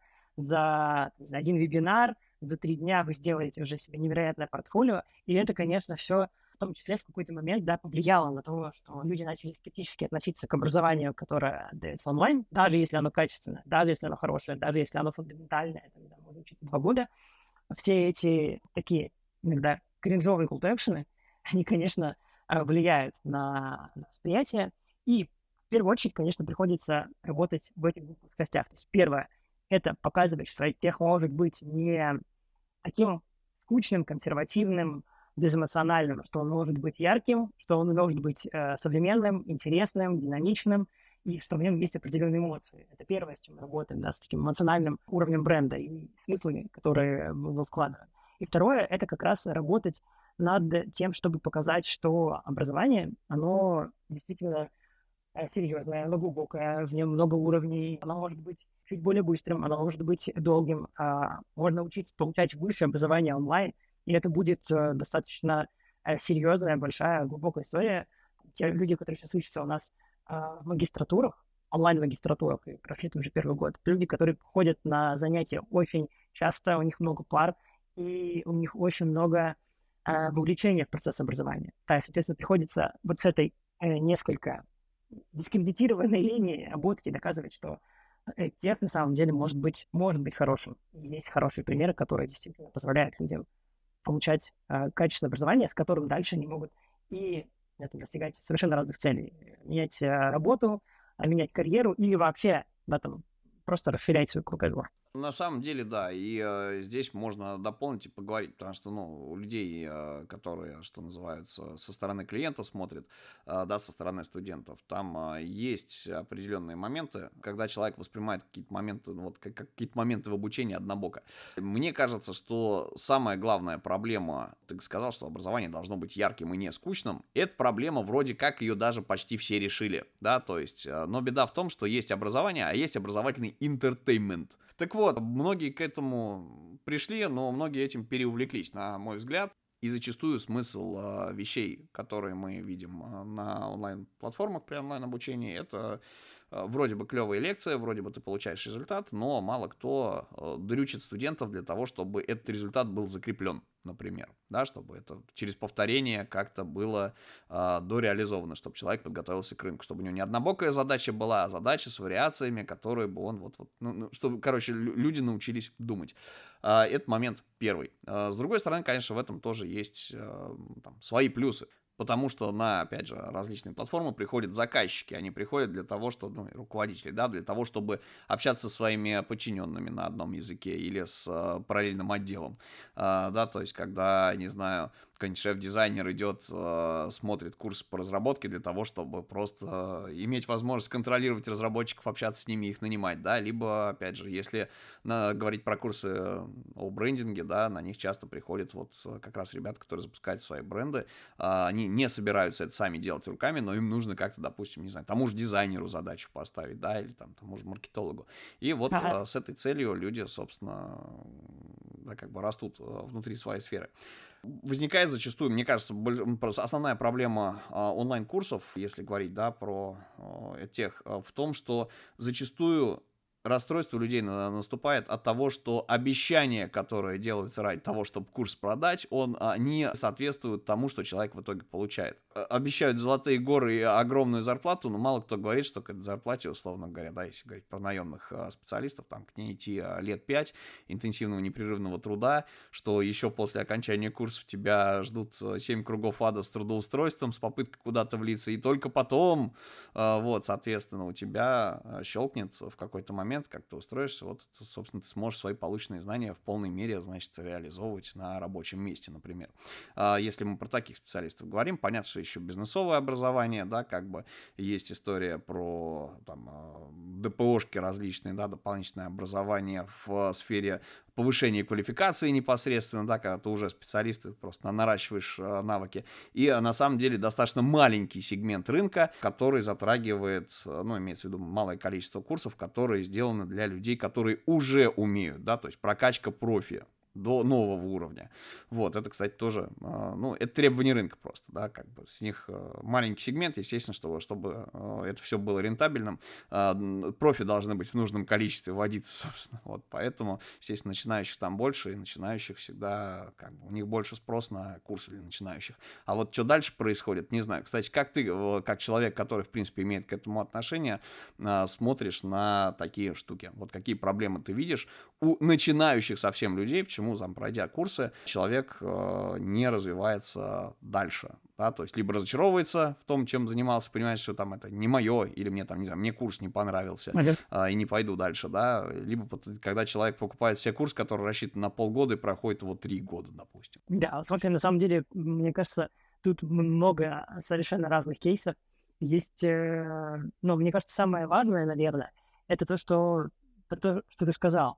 за один вебинар, за 3 дня вы сделаете уже себе невероятное портфолио, и это, конечно, все в том числе в какой-то момент, да, повлияло на то, что люди начали скептически относиться к образованию, которое дается онлайн, даже если оно качественное, даже если оно хорошее, даже если оно фундаментальное, там, да, можно учиться 2 года. Все эти такие иногда кринжовые call to action, они, конечно, влияют на восприятие. И в первую очередь, конечно, приходится работать в этих двух плоскостях. То есть первое — это показывать, что тех может быть не таким скучным, консервативным, безэмоциональным, что он может быть ярким, что он может быть современным, интересным, динамичным, и что в нем есть определенные эмоции. Это первое, с чем мы работаем, да, с таким эмоциональным уровнем бренда и смыслами, которые мы вкладываем. И второе — это как раз работать над тем, чтобы показать, что образование, оно действительно серьезное, оно глубокое, в нем много уровней, оно может быть чуть более быстрым, оно может быть долгим. Можно учиться получать высшее образование онлайн, и это будет достаточно серьезная, большая, глубокая история. Те люди, которые сейчас учатся у нас в магистратурах, онлайн-магистратурах, и прошли там уже первый год, люди, которые ходят на занятия очень часто, у них много пар, и у них очень много вовлечения в процесс образования. Да, соответственно, приходится вот с этой несколько дискредитированной линии работать и доказывать, что тех на самом деле может быть хорошим. И есть хорошие примеры, которые действительно позволяют людям получать качественное образование, с которым дальше они могут и достигать совершенно разных целей. Менять работу, менять карьеру или вообще в этом просто расширять свой кругозор. На самом деле, да, и здесь можно дополнить и поговорить, потому что, ну, у людей, которые, что называется, со стороны клиента смотрят, да, со стороны студентов, там есть определенные моменты, когда человек воспринимает какие-то моменты, ну, вот как какие-то моменты в обучении однобоко. Мне кажется, что самая главная проблема, ты сказал, что образование должно быть ярким и не скучным, эта проблема вроде как ее даже почти все решили, да, то есть, но беда в том, что есть образование, а есть образовательный entertainment. Так вот, многие к этому пришли, но многие этим переувлеклись, на мой взгляд. И зачастую смысл вещей, которые мы видим на онлайн-платформах при онлайн-обучении, это вроде бы клевая лекция, вроде бы ты получаешь результат, но мало кто дрючит студентов для того, чтобы этот результат был закреплен, например, да, чтобы это через повторение как-то было дореализовано, чтобы человек подготовился к рынку, чтобы у него не однобокая задача была, а задача с вариациями, которые бы он чтобы, короче, люди научились думать. Это момент первый. С другой стороны, конечно, в этом тоже есть там, свои плюсы. Потому что на, опять же, различные платформы приходят заказчики, они приходят для того, чтобы, ну, руководители, да, для того, чтобы общаться со своими подчиненными на одном языке или с параллельным отделом, да, то есть, когда, не знаю, какой-нибудь шеф-дизайнер идет, смотрит курс по разработке для того, чтобы просто иметь возможность контролировать разработчиков, общаться с ними, их нанимать, да, либо, опять же, если говорить про курсы о брендинге, да, на них часто приходят вот как раз ребята, которые запускают свои бренды, они не собираются это сами делать руками, но им нужно как-то, допустим, не знаю, тому же дизайнеру задачу поставить, да, или там тому же маркетологу. И вот с этой целью люди, собственно, да, как бы растут внутри своей сферы. Возникает зачастую, мне кажется, основная проблема онлайн-курсов, если говорить, да, про тех, в том, что зачастую расстройство людей наступает от того, что обещания, которые делаются ради того, чтобы курс продать, он не соответствует тому, что человек в итоге получает. Обещают золотые горы и огромную зарплату, но мало кто говорит, что к этой зарплате, условно говоря, да, если говорить про наемных специалистов, там к ней идти лет 5 интенсивного непрерывного труда, что еще после окончания курсов тебя ждут 7 кругов ада с трудоустройством, с попыткой куда-то влиться, и только потом, вот, соответственно, у тебя щелкнет в какой-то момент, как ты устроишься, вот, собственно, ты сможешь свои полученные знания в полной мере, значит, реализовывать на рабочем месте, например. Если мы про таких специалистов говорим, понятно, что еще бизнесовое образование, да, как бы есть история про там ДПОшки различные, да, дополнительное образование в сфере повышение квалификации непосредственно, да, когда ты уже специалист, ты просто наращиваешь навыки. И на самом деле достаточно маленький сегмент рынка, который затрагивает, ну, имеется в виду малое количество курсов, которые сделаны для людей, которые уже умеют, да, то есть прокачка профи до нового уровня. Вот, это, кстати, тоже, ну, это требование рынка просто, да, как бы с них маленький сегмент, естественно, чтобы это все было рентабельным, профи должны быть в нужном количестве вводиться, собственно, вот, поэтому, естественно, начинающих там больше, и начинающих всегда, как бы, у них больше спрос на курсы для начинающих. А вот что дальше происходит, не знаю. Кстати, как ты, как человек, который, в принципе, имеет к этому отношение, смотришь на такие штуки? Вот какие проблемы ты видишь у начинающих совсем людей, причем почему, там, пройдя курсы, человек не развивается дальше, да, то есть либо разочаровывается в том, чем занимался, понимает, что там это не мое, или мне там, не знаю, мне курс не понравился, Ага. и не пойду дальше, да, либо когда человек покупает себе курс, который рассчитан на полгода и проходит его 3 года, допустим. Да, смотри, на самом деле, мне кажется, тут много совершенно разных кейсов. Есть, ну, мне кажется, самое важное, наверное, это то, что ты сказал.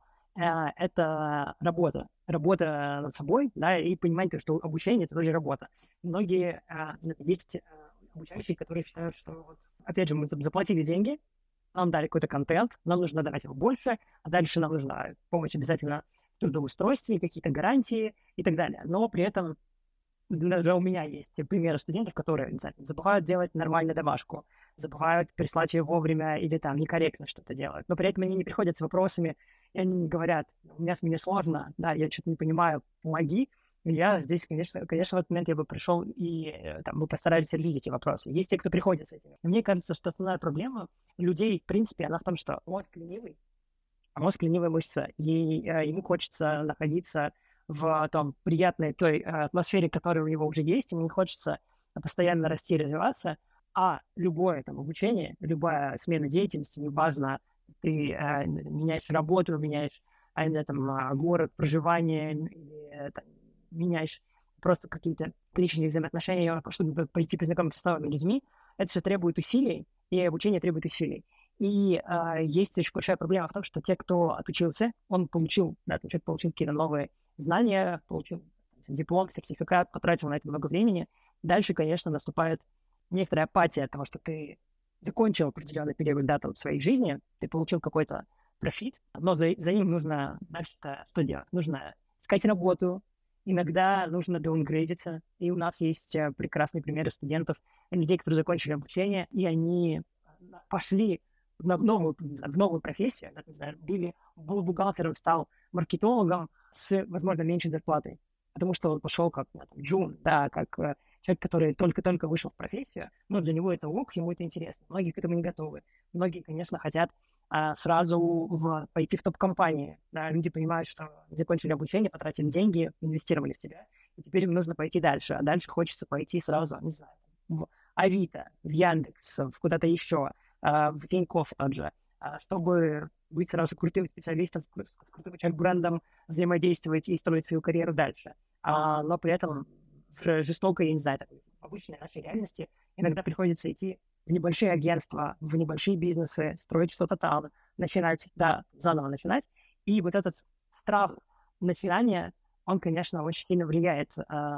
Это работа. Работа над собой, да, и понимание, что обучение — это тоже работа. Многие есть обучающие, которые считают, что, вот, опять же, мы заплатили деньги, нам дали какой-то контент, нам нужно давать его больше, а дальше нам нужна помощь обязательно в трудоустройстве, какие-то гарантии и так далее. Но при этом даже у меня есть примеры студентов, которые, не знаю, забывают делать нормально домашку, забывают прислать ее вовремя или там некорректно что-то делают. Но при этом они не приходят с вопросами, и они не говорят: мне сложно, да, я что-то не понимаю, помоги. И я здесь, конечно, в этот момент я бы пришел и там, мы постарались решить эти вопросы. Есть те, кто приходит с этими. Мне кажется, что основная проблема людей, в принципе, она в том, что мозг ленивый, а мозг — ленивая мышца, и ему хочется находиться в том приятной той атмосфере, которая у него уже есть, ему не хочется постоянно расти и развиваться, а любое там обучение, любая смена деятельности, неважно, ты меняешь работу, меняешь, не знаю, там, город проживания, или там, меняешь просто какие-то личные взаимоотношения, чтобы пойти познакомиться с новыми людьми, это все требует усилий, и обучение требует усилий. И есть очень большая проблема в том, что те, кто отучился, он получил, да, человек получил какие-то новые знания, получил диплом, сертификат, потратил на это много времени. Дальше, конечно, наступает некоторая апатия от того, что ты закончил определенный период, да, там, своей жизни, ты получил какой-то профит, но за ним нужно дальше-то что делать? Нужно искать работу, иногда нужно даунгрейдиться. И у нас есть прекрасные примеры студентов, людей, которые закончили обучение, и они пошли в новую профессию, да, не знаю, был бухгалтером, стал маркетологом с, возможно, меньшей зарплатой, потому что он пошел как джун, да, как человек, который только-только вышел в профессию, но для него это ок, ему это интересно. Многие к этому не готовы. Многие, конечно, хотят сразу пойти в топ-компании. Да, люди понимают, что закончили обучение, потратили деньги, инвестировали в себя, и теперь им нужно пойти дальше. А дальше хочется пойти сразу, не знаю, в Авито, в Яндекс, в куда-то еще, в Тинькофф тот же, чтобы быть сразу крутым специалистом, с крутым брендом, взаимодействовать и строить свою карьеру дальше. Но при этом в жестокой, я не знаю, такой обычной нашей реальности иногда приходится идти в небольшие агентства, в небольшие бизнесы, строить что-то там, начинать, да, заново начинать. И вот этот страх начинания, он, конечно, очень сильно влияет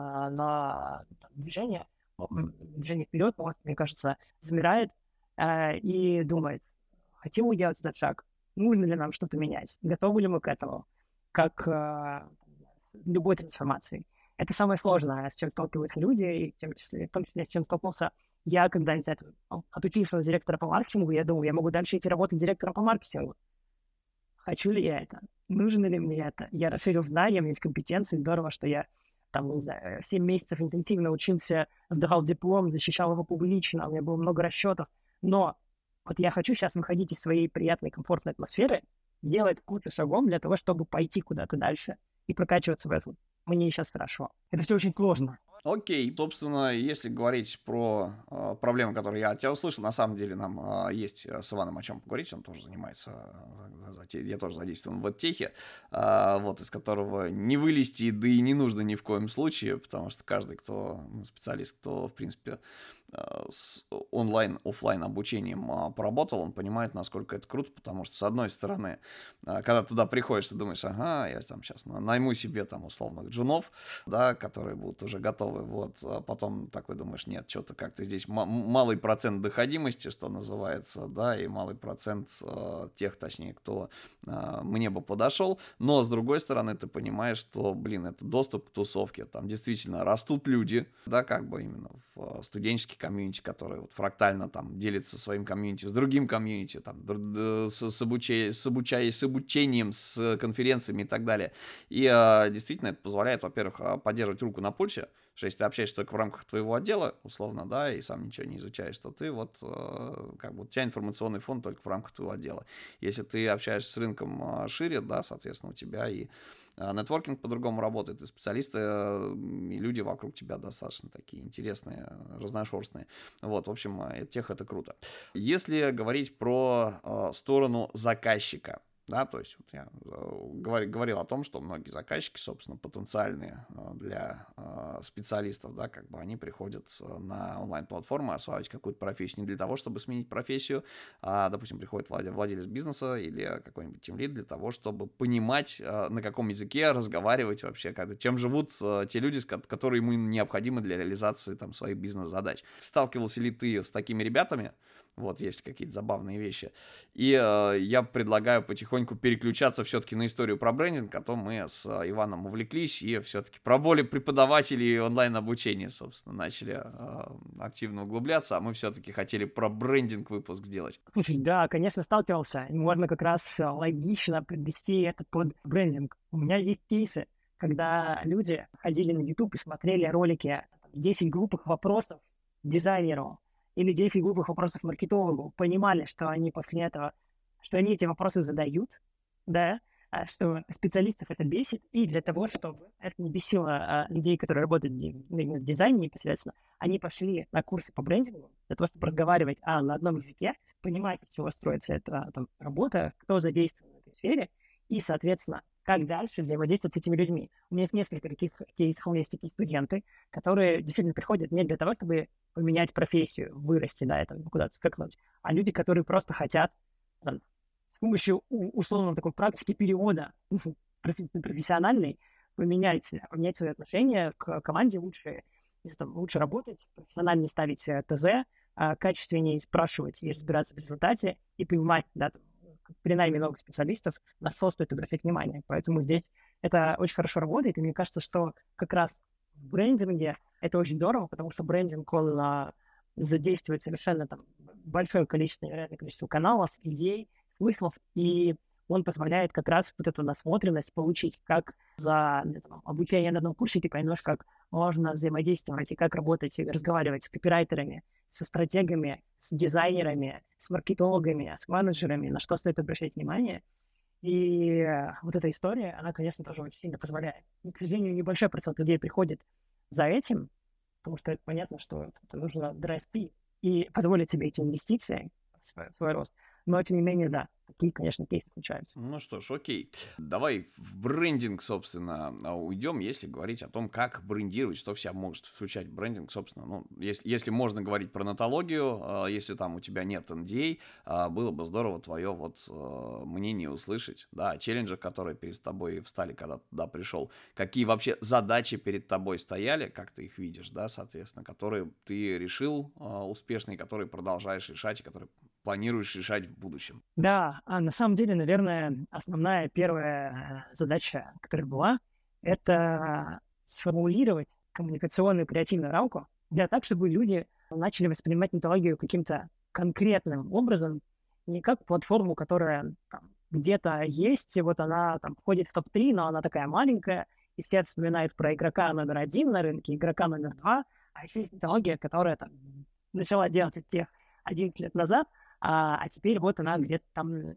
на движение вперед, мозг, мне кажется, замирает и думает: хотим мы делать этот шаг, нужно ли нам что-то менять, готовы ли мы к этому, как с любой трансформацией. Это самое сложное, с чем сталкиваются люди, и в том числе, с чем столкнулся я, когда, не знаю, отучился на директора по маркетингу, я думаю, я могу дальше идти работать директором по маркетингу. Хочу ли я это? Нужно ли мне это? Я расширил знания, у меня есть компетенции, здорово, что я там, не знаю, 7 месяцев интенсивно учился, сдавал диплом, защищал его публично, у меня было много расчетов. Но вот я хочу сейчас выходить из своей приятной, комфортной атмосферы, делать кучу шагов для того, чтобы пойти куда-то дальше и прокачиваться в этом. Мне сейчас хорошо. Это все очень сложно. Окей, собственно, если говорить про проблемы, которые я от тебя услышал, на самом деле нам есть с Иваном о чем поговорить, он тоже занимается, я тоже задействован в техе, вот, из которого не вылезти, да и не нужно ни в коем случае, потому что каждый, кто специалист, кто, в принципе, с онлайн-офлайн обучением поработал, он понимает, насколько это круто, потому что, с одной стороны, когда туда приходишь, ты думаешь: ага, я там сейчас найму себе там условных джунов, да, которые будут уже готовы, вот, а потом такой думаешь: нет, что-то как-то здесь малый процент доходимости, что называется, да, и малый процент тех, точнее, кто мне бы подошел, но, с другой стороны, ты понимаешь, что, блин, это доступ к тусовке, там действительно растут люди, да, как бы именно в студенческий комьюнити, который вот фрактально там делится своим комьюнити с другим комьюнити, там, с обучением, с конференциями и так далее. И действительно это позволяет, во-первых, поддерживать руку на пульсе, что если ты общаешься только в рамках твоего отдела, условно, да, и сам ничего не изучаешь, то ты вот, как бы, у тебя информационный фон только в рамках твоего отдела. Если ты общаешься с рынком шире, да, соответственно, у тебя и нетворкинг по-другому работает, и специалисты, и люди вокруг тебя достаточно такие интересные, разношерстные. Вот, в общем, тех это круто. Если говорить про сторону заказчика, да, то есть вот я говорил о том, что многие заказчики, собственно, потенциальные для специалистов, да, как бы они приходят на онлайн-платформы осваивать какую-то профессию не для того, чтобы сменить профессию, а, допустим, приходит владелец бизнеса или какой-нибудь тимлид для того, чтобы понимать, на каком языке разговаривать вообще, чем живут те люди, которые ему необходимы для реализации там своих бизнес-задач. Сталкивался ли ты с такими ребятами? Вот, есть какие-то забавные вещи. И я предлагаю потихоньку переключаться все-таки на историю про брендинг, а то мы с Иваном увлеклись и все-таки про боли преподавателей онлайн-обучения, собственно, начали активно углубляться, а мы все-таки хотели про брендинг выпуск сделать. Слушай, да, конечно, сталкивался. И можно как раз логично подвести это под брендинг. У меня есть кейсы, когда люди ходили на YouTube и смотрели ролики 10 глупых вопросов дизайнеру или 10 глупых вопросов маркетологу, понимали, что они после этого, что они эти вопросы задают, да, что специалистов это бесит, и для того, чтобы это не бесило людей, которые работают в дизайне непосредственно, они пошли на курсы по брендингу для того, чтобы разговаривать на одном языке, понимать, из чего строится эта работа, кто задействован в этой сфере, и, соответственно, как дальше взаимодействовать с этими людьми. У меня есть несколько таких кейсов, у меня есть такие студенты, которые действительно приходят не для того, чтобы поменять профессию, вырасти, да, это куда-то скакнуть, а люди, которые просто хотят там, с помощью условно такой практики перевода профессиональной поменять свои отношения к команде, лучше работать, профессиональнее ставить ТЗ, качественнее спрашивать и разбираться в результате и понимать, да, при найме новых специалистов, на что стоит обращать внимание. Поэтому здесь это очень хорошо работает, и мне кажется, что как раз в брендинге это очень здорово, потому что брендинг, он задействует совершенно там большое количество, невероятное количество каналов, идей, смыслов, и он позволяет как раз вот эту насмотренность получить, как за обучение на одном курсе ты поймешь, как можно взаимодействовать и как работать и разговаривать с копирайтерами, со стратегами, с дизайнерами, с маркетологами, с менеджерами, на что стоит обращать внимание. И вот эта история, она, конечно, тоже очень сильно позволяет. И, к сожалению, небольшой процент людей приходит за этим, потому что это понятно, что это нужно дорасти и позволить себе эти инвестиции в свой рост. Но, тем не менее, да, такие, конечно, кейсы случаются. Ну что ж, окей. Давай в брендинг, собственно, уйдем, если говорить о том, как брендировать, что в себя может включать брендинг, собственно. Ну, если можно говорить про нотологию, если там у тебя нет NDA, было бы здорово твое вот мнение услышать, да, о челленджах, которые перед тобой встали, когда ты туда пришел. Какие вообще задачи перед тобой стояли, как ты их видишь, да, соответственно, которые ты решил успешно и которые продолжаешь решать, и которые планируешь решать в будущем? Да, на самом деле, наверное, основная первая задача, которая была, это сформулировать коммуникационную креативную рамку, сделать так, чтобы люди начали воспринимать нотологию каким-то конкретным образом, не как платформу, которая там, где-то есть, и вот она там входит в топ-3, но она такая маленькая, и все вспоминают про игрока номер 1 на рынке, игрока номер 2, а еще есть нотология, которая там начала делать тех 11 лет назад, а теперь вот она где-то там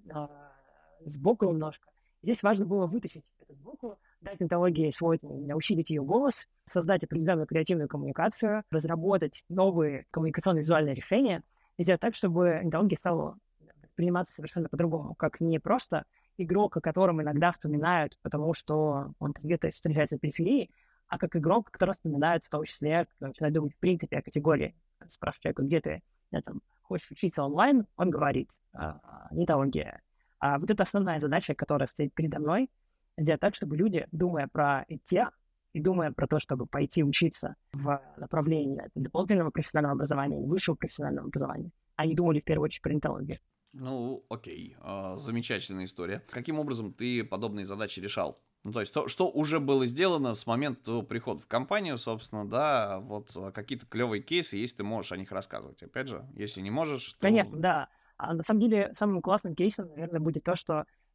сбоку немножко. Здесь важно было вытащить это сбоку, дать нотологии свой, усилить ее голос, создать определенную креативную коммуникацию, разработать новые коммуникационно-визуальные решения и сделать так, чтобы нотология стала восприниматься совершенно по-другому, как не просто игрок, о котором иногда вспоминают, потому что он где-то встречается в периферии, а как игрок, который вспоминают в том числе, когда начинают думать в принципе о категории. Спрашивают человека, где ты хочешь учиться онлайн, он говорит, нотология. А вот это основная задача, которая стоит передо мной, сделать так, чтобы люди, думая про тех и думая про то, чтобы пойти учиться в направлении дополнительного профессионального образования, высшего профессионального образования, они думали в первую очередь про нотологию. Ну, окей, замечательная история. Каким образом ты подобные задачи решал? Ну, то есть, что уже было сделано с момента прихода в компанию, собственно, да, вот какие-то клевые кейсы, если ты можешь о них рассказывать. Опять же, если не можешь, то... Конечно, да. А на самом деле, самым классным кейсом, наверное, будет то, что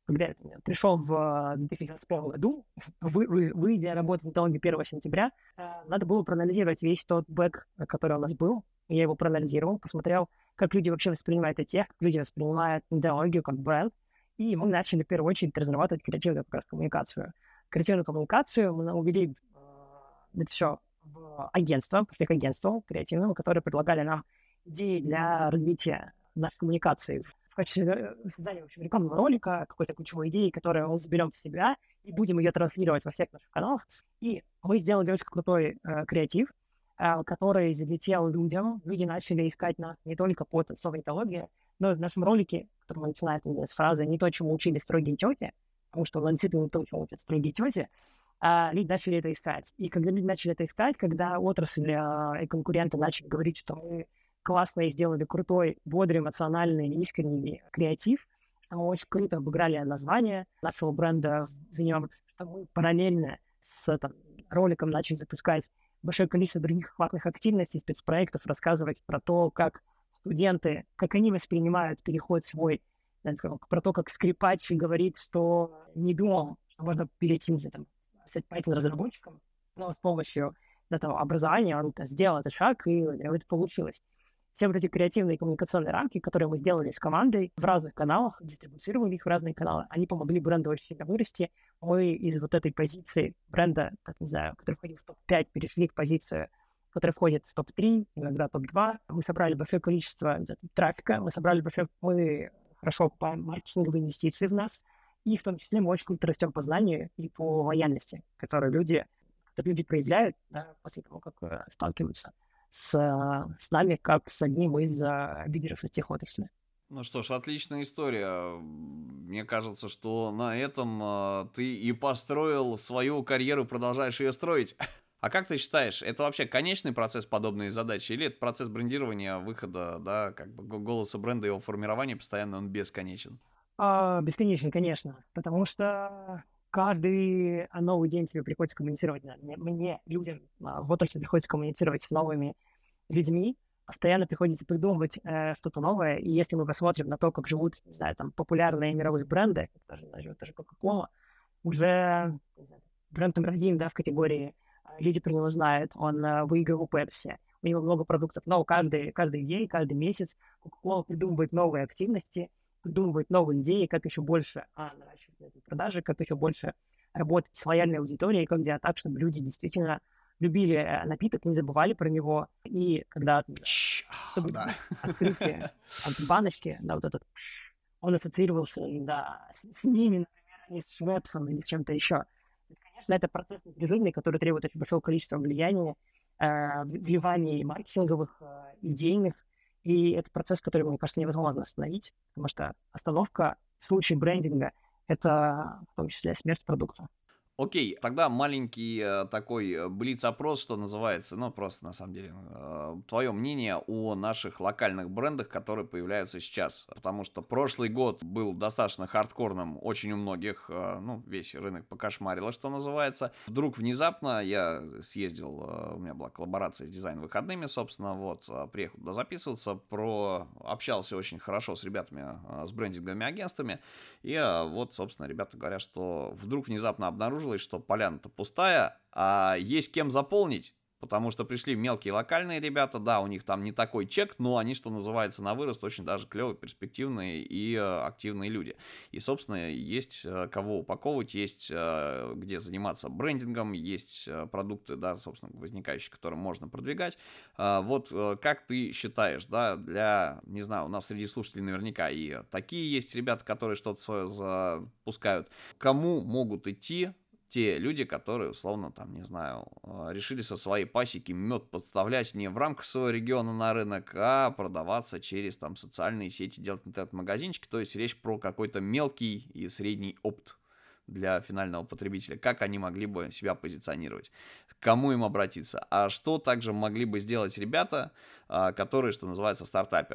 когда я пришел в 2021 году, выйдя работать в итоге 1 сентября, надо было проанализировать весь тот бэк, который у нас был. Я его проанализировал, посмотрел, как люди вообще воспринимают IT, как люди воспринимают идеологию как бренд. И мы начали в первую очередь разрабатывать креативную как раз коммуникацию. Креативную коммуникацию мы увели это все в агентство, пришли к агентству креативному, которые предлагали нам идеи для развития нашей коммуникации в качестве создания, в общем, рекламного ролика, какой-то ключевой идеи, которую мы заберем в себя и будем ее транслировать во всех наших каналах. И мы сделали очень крутой креатив, который залетел людям. Люди начали искать нас не только по словоитологии, но и в нашем ролике, который мы начинаем с фразы «не то, чему учили строгие тети», потому что он действительно не то, чему учат строгие тети, люди начали это искать. И когда люди начали это искать, когда отрасль и конкуренты начали говорить, что мы классно и сделали крутой, бодрый, эмоциональный, искренний креатив, что мы очень круто обыграли название нашего бренда в нем, что мы параллельно с роликом начали запускать большое количество других классных активностей, спецпроектов, рассказывать про то, как студенты, как они воспринимают переход свой, про то, как скрипач говорит, что не думал, что можно перейти стать Python-разработчиком, но с помощью этого образования он сделал этот шаг, и это получилось. Все вот эти креативные коммуникационные рамки, которые мы сделали с командой в разных каналах, дистрибуцировали их в разные каналы, они помогли бренду очень сильно вырасти. Мы из вот этой позиции бренда, который входил в топ-5, перешли к позиции, которая входит в топ-3, иногда топ-2. Мы собрали большое количество трафика, мы хорошо по маркетинговой инвестиции в нас, и в том числе мы очень круто растем по знанию и по лояльности, которые люди проявляют, да, после того, как сталкиваются с нами, как с одним из лидеров этих отраслей. Ну что ж, отличная история. Мне кажется, что на этом ты и построил свою карьеру, продолжаешь ее строить. А как ты считаешь, это вообще конечный процесс подобной задачи, или это процесс брендирования, выхода, да, как бы голоса бренда, его формирования постоянно, он бесконечен? Бесконечно, конечно, потому что каждый новый день тебе приходится коммуницировать. Мне, людям в отрасли приходится коммуницировать с новыми людьми, постоянно приходится придумывать что-то новое. И если мы посмотрим на то, как живут, не знаю, популярные мировые бренды, даже Coca-Cola, уже бренд номер 1, да, в категории, люди про него знают, он выиграл у Pepsi, у него много продуктов, но каждый день, каждый месяц Coca-Cola придумывает новые активности, придумывать новые идеи, как еще больше наращивать продажи, как еще больше работать с лояльной аудиторией, как сделать так, чтобы люди действительно любили напиток, не забывали про него. И когда открытие баночки, да, вот этот, он ассоциировался, да, с ними, например, не с Швепсом или с чем-то еще. То есть, конечно, это процесс напряженный, который требует очень большого количества влияния, вливаний маркетинговых, идейных. И это процесс, который, мне кажется, невозможно остановить, потому что остановка в случае брендинга — это в том числе смерть продукта. Окей, тогда маленький такой блиц-опрос, что называется, ну, просто, на самом деле, твое мнение о наших локальных брендах, которые появляются сейчас, потому что прошлый год был достаточно хардкорным, очень у многих, весь рынок покошмарило, что называется. Вдруг внезапно я съездил, у меня была коллаборация с дизайн-выходными, собственно, вот, приехал туда записываться, общался очень хорошо с ребятами, с брендинговыми агентствами, и вот, собственно, ребята говорят, что вдруг внезапно обнаружилось, что поляна-то пустая, а есть кем заполнить, потому что пришли мелкие локальные ребята, да, у них там не такой чек, но они, что называется, на вырост очень даже клевые, перспективные и активные люди. И, собственно, есть кого упаковывать, есть где заниматься брендингом, есть продукты, да, собственно, возникающие, которые можно продвигать. Вот как ты считаешь, да, не знаю, у нас среди слушателей наверняка и такие есть ребята, которые что-то свое запускают. Кому могут идти те люди, которые, условно, не знаю, решили со своей пасеки мед подставлять не в рамках своего региона на рынок, а продаваться через социальные сети, делать интернет-магазинчики, то есть речь про какой-то мелкий и средний опт для финального потребителя, как они могли бы себя позиционировать, к кому им обратиться, а что также могли бы сделать ребята, которые, что называется, стартаперы,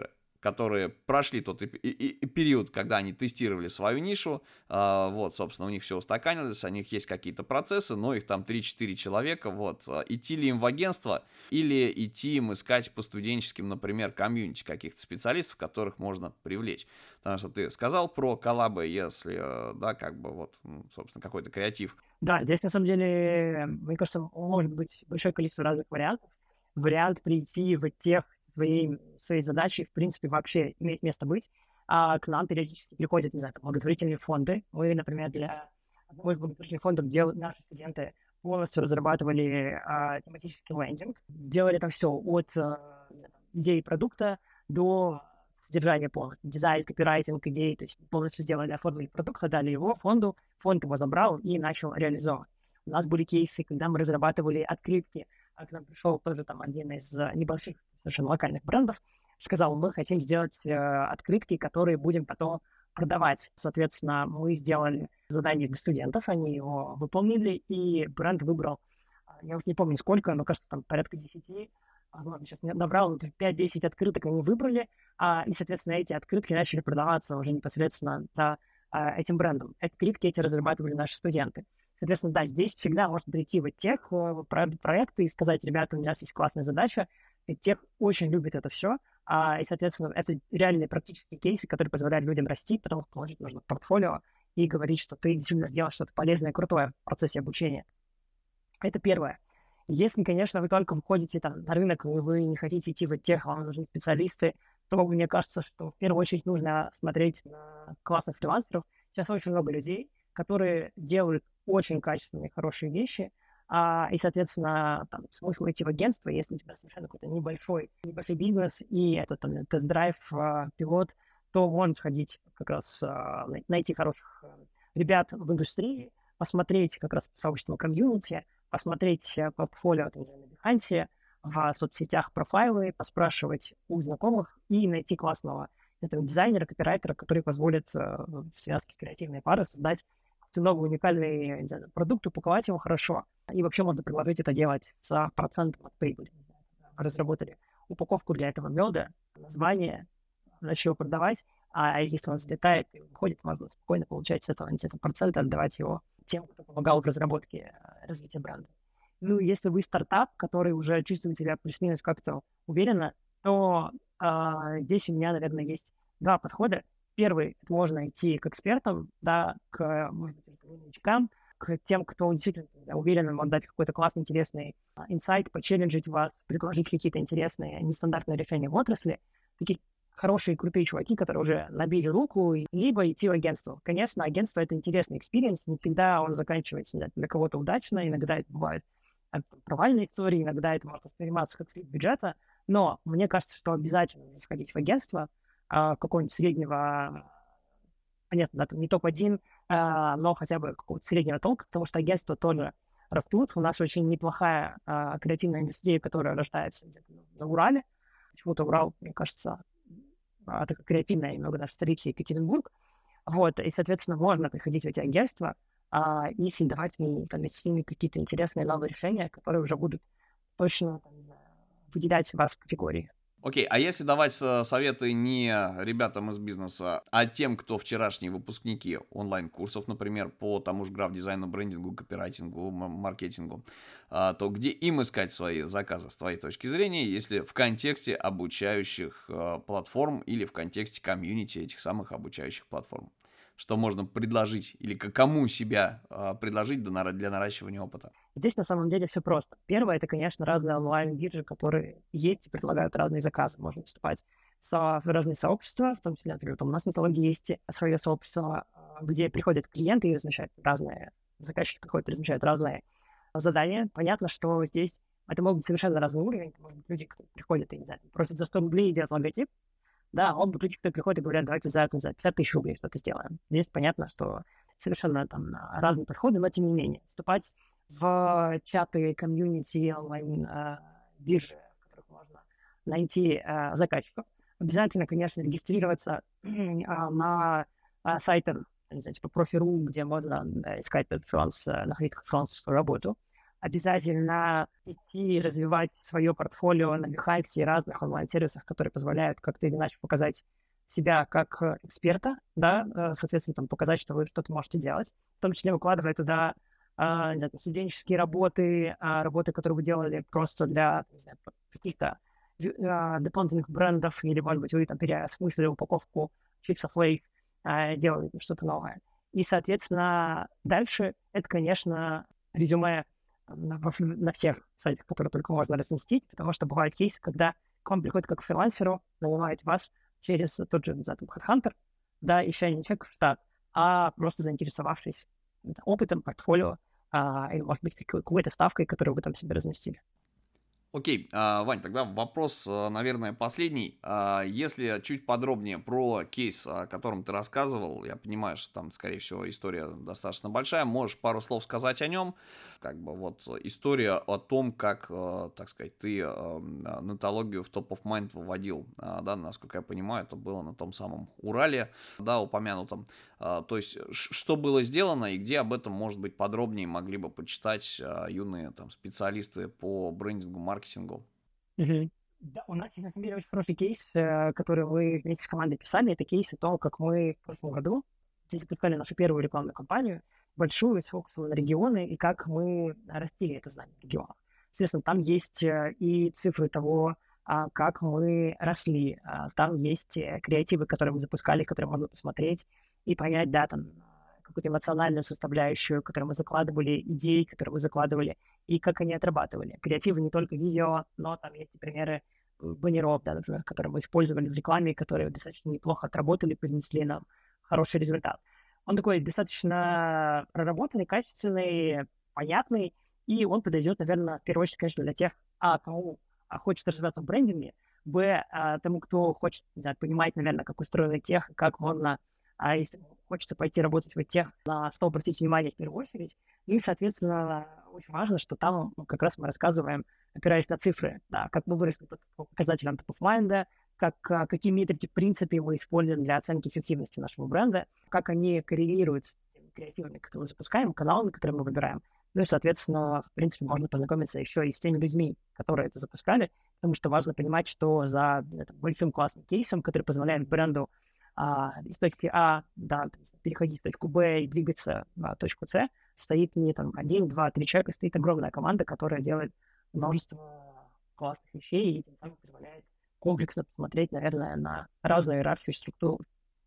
которые прошли тот период, когда они тестировали свою нишу, вот, собственно, у них все устаканилось, у них есть какие-то процессы, но их там 3-4 человека, вот, идти ли им в агентство или идти им искать по студенческим, например, комьюнити каких-то специалистов, которых можно привлечь. Потому что ты сказал про коллабы, если, да, как бы вот, собственно, какой-то креатив. Да, здесь на самом деле, мне кажется, может быть большое количество разных вариантов. Вариант прийти в тех своей задачей, в принципе, вообще имеет место быть. А к нам периодически приходят, не знаю, там, благотворительные фонды. Мы, например, для одного из благотворительных фондов наши студенты полностью разрабатывали тематический лендинг. Делали там все от идеи продукта до содержания полностью. Дизайн, копирайтинг, идеи, то есть полностью сделали, оформили продукт, отдали его фонду, фонд его забрал и начал реализовывать. У нас были кейсы, когда мы разрабатывали открытки, а к нам пришел тоже там один из небольших, совершенно локальных брендов, сказал, мы хотим сделать открытки, которые будем потом продавать. Соответственно, мы сделали задание для студентов, они его выполнили, и бренд выбрал, я уже не помню сколько, но, кажется, там порядка 10, сейчас не набрал, 5-10 открыток они выбрали, и, соответственно, эти открытки начали продаваться уже непосредственно этим брендом. Открытки эти разрабатывали наши студенты. Соответственно, да, здесь всегда можно прийти в тех проекты и сказать, ребята, у нас есть классная задача, и тех очень любят это все, и, соответственно, это реальные практические кейсы, которые позволяют людям расти, потому что положить нужно портфолио и говорить, что ты действительно сделал что-то полезное и крутое в процессе обучения. Это первое. Если, конечно, вы только выходите там на рынок, и вы не хотите идти в тех, вам нужны специалисты, то мне кажется, что в первую очередь нужно смотреть на классных фрилансеров. Сейчас очень много людей, которые делают очень качественные, хорошие вещи, и, соответственно, там, смысл идти в агентство, если у тебя совершенно какой-то небольшой бизнес, и это там тест-драйв, пилот, то можно сходить как раз, найти хороших ребят в индустрии, посмотреть как раз сообщество комьюнити, посмотреть портфолио там, на Behance, в соцсетях профайлы, поспрашивать у знакомых и найти классного дизайнера, копирайтера, который позволит в связке креативной пары создать новый уникальный продукт, упаковать его хорошо. И вообще можно предложить это делать за процентом от прибыли. Разработали упаковку для этого меда, название, начали его продавать, а если он взлетает и уходит, можно спокойно получать с этого процент, отдавать его тем, кто помогал в разработке развития бренда. Ну, если вы стартап, который уже чувствует себя плюс-минус как-то уверенно, то здесь у меня, наверное, есть два подхода. Первый, это можно идти к экспертам, да, к, может быть, новичкам, к тем, кто действительно уверен, может дать какой-то классный, интересный инсайт, почелленджить вас, предложить какие-то интересные, нестандартные решения в отрасли. Такие хорошие, крутые чуваки, которые уже набили руку, либо идти в агентство. Конечно, агентство — это интересный экспириенс, не всегда он заканчивается для кого-то удачно, иногда это бывают провальные истории, иногда это может восприниматься как слив бюджета, но мне кажется, что обязательно нужно сходить в агентство, какого-нибудь среднего, понятно, да, не топ-1, но хотя бы какого-то среднего толка, потому что агентства тоже растут. У нас очень неплохая креативная индустрия, которая рождается где-то на Урале. Почему-то Урал, мне кажется, такая креативная немного наша столица Екатеринбург. Вот, и, соответственно, можно приходить в эти агентства и создавать с ними какие-то интересные новые решения, которые уже будут точно выделять вас в категории. Окей, а если давать советы не ребятам из бизнеса, а тем, кто вчерашние выпускники онлайн-курсов, например, по тому же граф-дизайну, брендингу, копирайтингу, маркетингу, то где им искать свои заказы, с твоей точки зрения, если в контексте обучающих платформ или в контексте комьюнити этих самых обучающих платформ? Что можно предложить или кому себя предложить для наращивания опыта? Здесь на самом деле все просто. Первое, это, конечно, разные онлайн-биржи, которые есть и предлагают разные заказы. Можно вступать в разные сообщества, в том числе, например, у нас в Металлургии есть свое сообщество, где приходят клиенты и размещают разные, заказчики приходят и размещают разные задания. Понятно, что здесь это могут быть совершенно разный уровень. Может быть, люди, которые приходят и, не знаю, просят за 100 рублей делать логотип, да, могут быть люди, которые приходят и говорят, давайте за 50 тысяч рублей что-то сделаем. Здесь понятно, что совершенно там разные подходы, но тем не менее, вступать в чаты, комьюнити, онлайн-биржи, в которых можно найти заказчиков. Обязательно, конечно, регистрироваться на сайтах, типа Профи.ру, где можно искать фриланс, находить фрилансовую работу. обязательно идти развивать свое портфолио на Behance и разных онлайн-сервисах, которые позволяют как-то или иначе показать себя как эксперта, да, соответственно, там, показать, что вы что-то можете делать, в том числе выкладывая туда не знаю, студенческие работы, работы, которые вы делали просто для, не знаю, каких-то дополнительных брендов, или, может быть, вы там переосмыслили упаковку чипсов Lay's, делали что-то новое. И, соответственно, дальше это, конечно, резюме на всех сайтах, которые только можно разместить, потому что бывают кейсы, когда к вам приходит как к фрилансеру, нанимает вас через тот же, не знаю, там, HeadHunter, да, ища не человек в штат, а просто заинтересовавшись опытом, портфолио, или, может быть, какой-то ставкой, которую вы там себе разместили. Окей, Вань, тогда вопрос, наверное, последний. Если чуть подробнее про кейс, о котором ты рассказывал, я понимаю, что там, скорее всего, история достаточно большая, можешь пару слов сказать о нем? Как бы вот история о том, как, так сказать, ты нетологию в Top of Mind выводил, да, насколько я понимаю, это было на том самом Урале, да, упомянутом. То есть, что было сделано и где об этом, может быть, подробнее могли бы почитать юные там специалисты по брендингу, маркетингу? Мгм. Да, у нас есть, на самом деле, очень хороший кейс, который мы вместе с командой писали. Это кейс о том, как мы в прошлом году здесь запускали нашу первую рекламную кампанию, большую, с фокусом на регионы, и как мы растили это знание в регионах. Соответственно, там есть и цифры того, как мы росли. Там есть креативы, которые мы запускали, которые можно посмотреть и понять, да, там, какую-то эмоциональную составляющую, которую мы закладывали, идеи, которые мы закладывали, и как они отрабатывали. Креативы не только видео, но там есть и примеры баннеров, да, например, которые мы использовали в рекламе, которые достаточно неплохо отработали, принесли нам хороший результат. Он такой достаточно проработанный, качественный, понятный, и он подойдет, наверное, в первую очередь, конечно, для тех, кому хочет развиваться в брендинге, тому, кто хочет, не знаю, понимать, наверное, как устроена тех, как можно, если хочется пойти работать в тех, на что обратить внимание в первую очередь. И, соответственно, очень важно, что там как раз мы рассказываем, опираясь на цифры, да, как мы выросли по показателям Top of Mind, да, какие метрики, в принципе, мы используем для оценки эффективности нашего бренда, как они коррелируют с теми креативами, которые мы запускаем, каналами, которые мы выбираем. Ну и, соответственно, в принципе, можно познакомиться еще и с теми людьми, которые это запускали, потому что важно понимать, что за большим классным кейсом, который позволяет бренду из точки А, да, переходить в точку Б и двигаться на точку С, стоит не там 1, 2, 3 человека, стоит огромная команда, которая делает множество классных вещей и тем самым позволяет комплексно посмотреть, наверное, на разную иерархию, структуру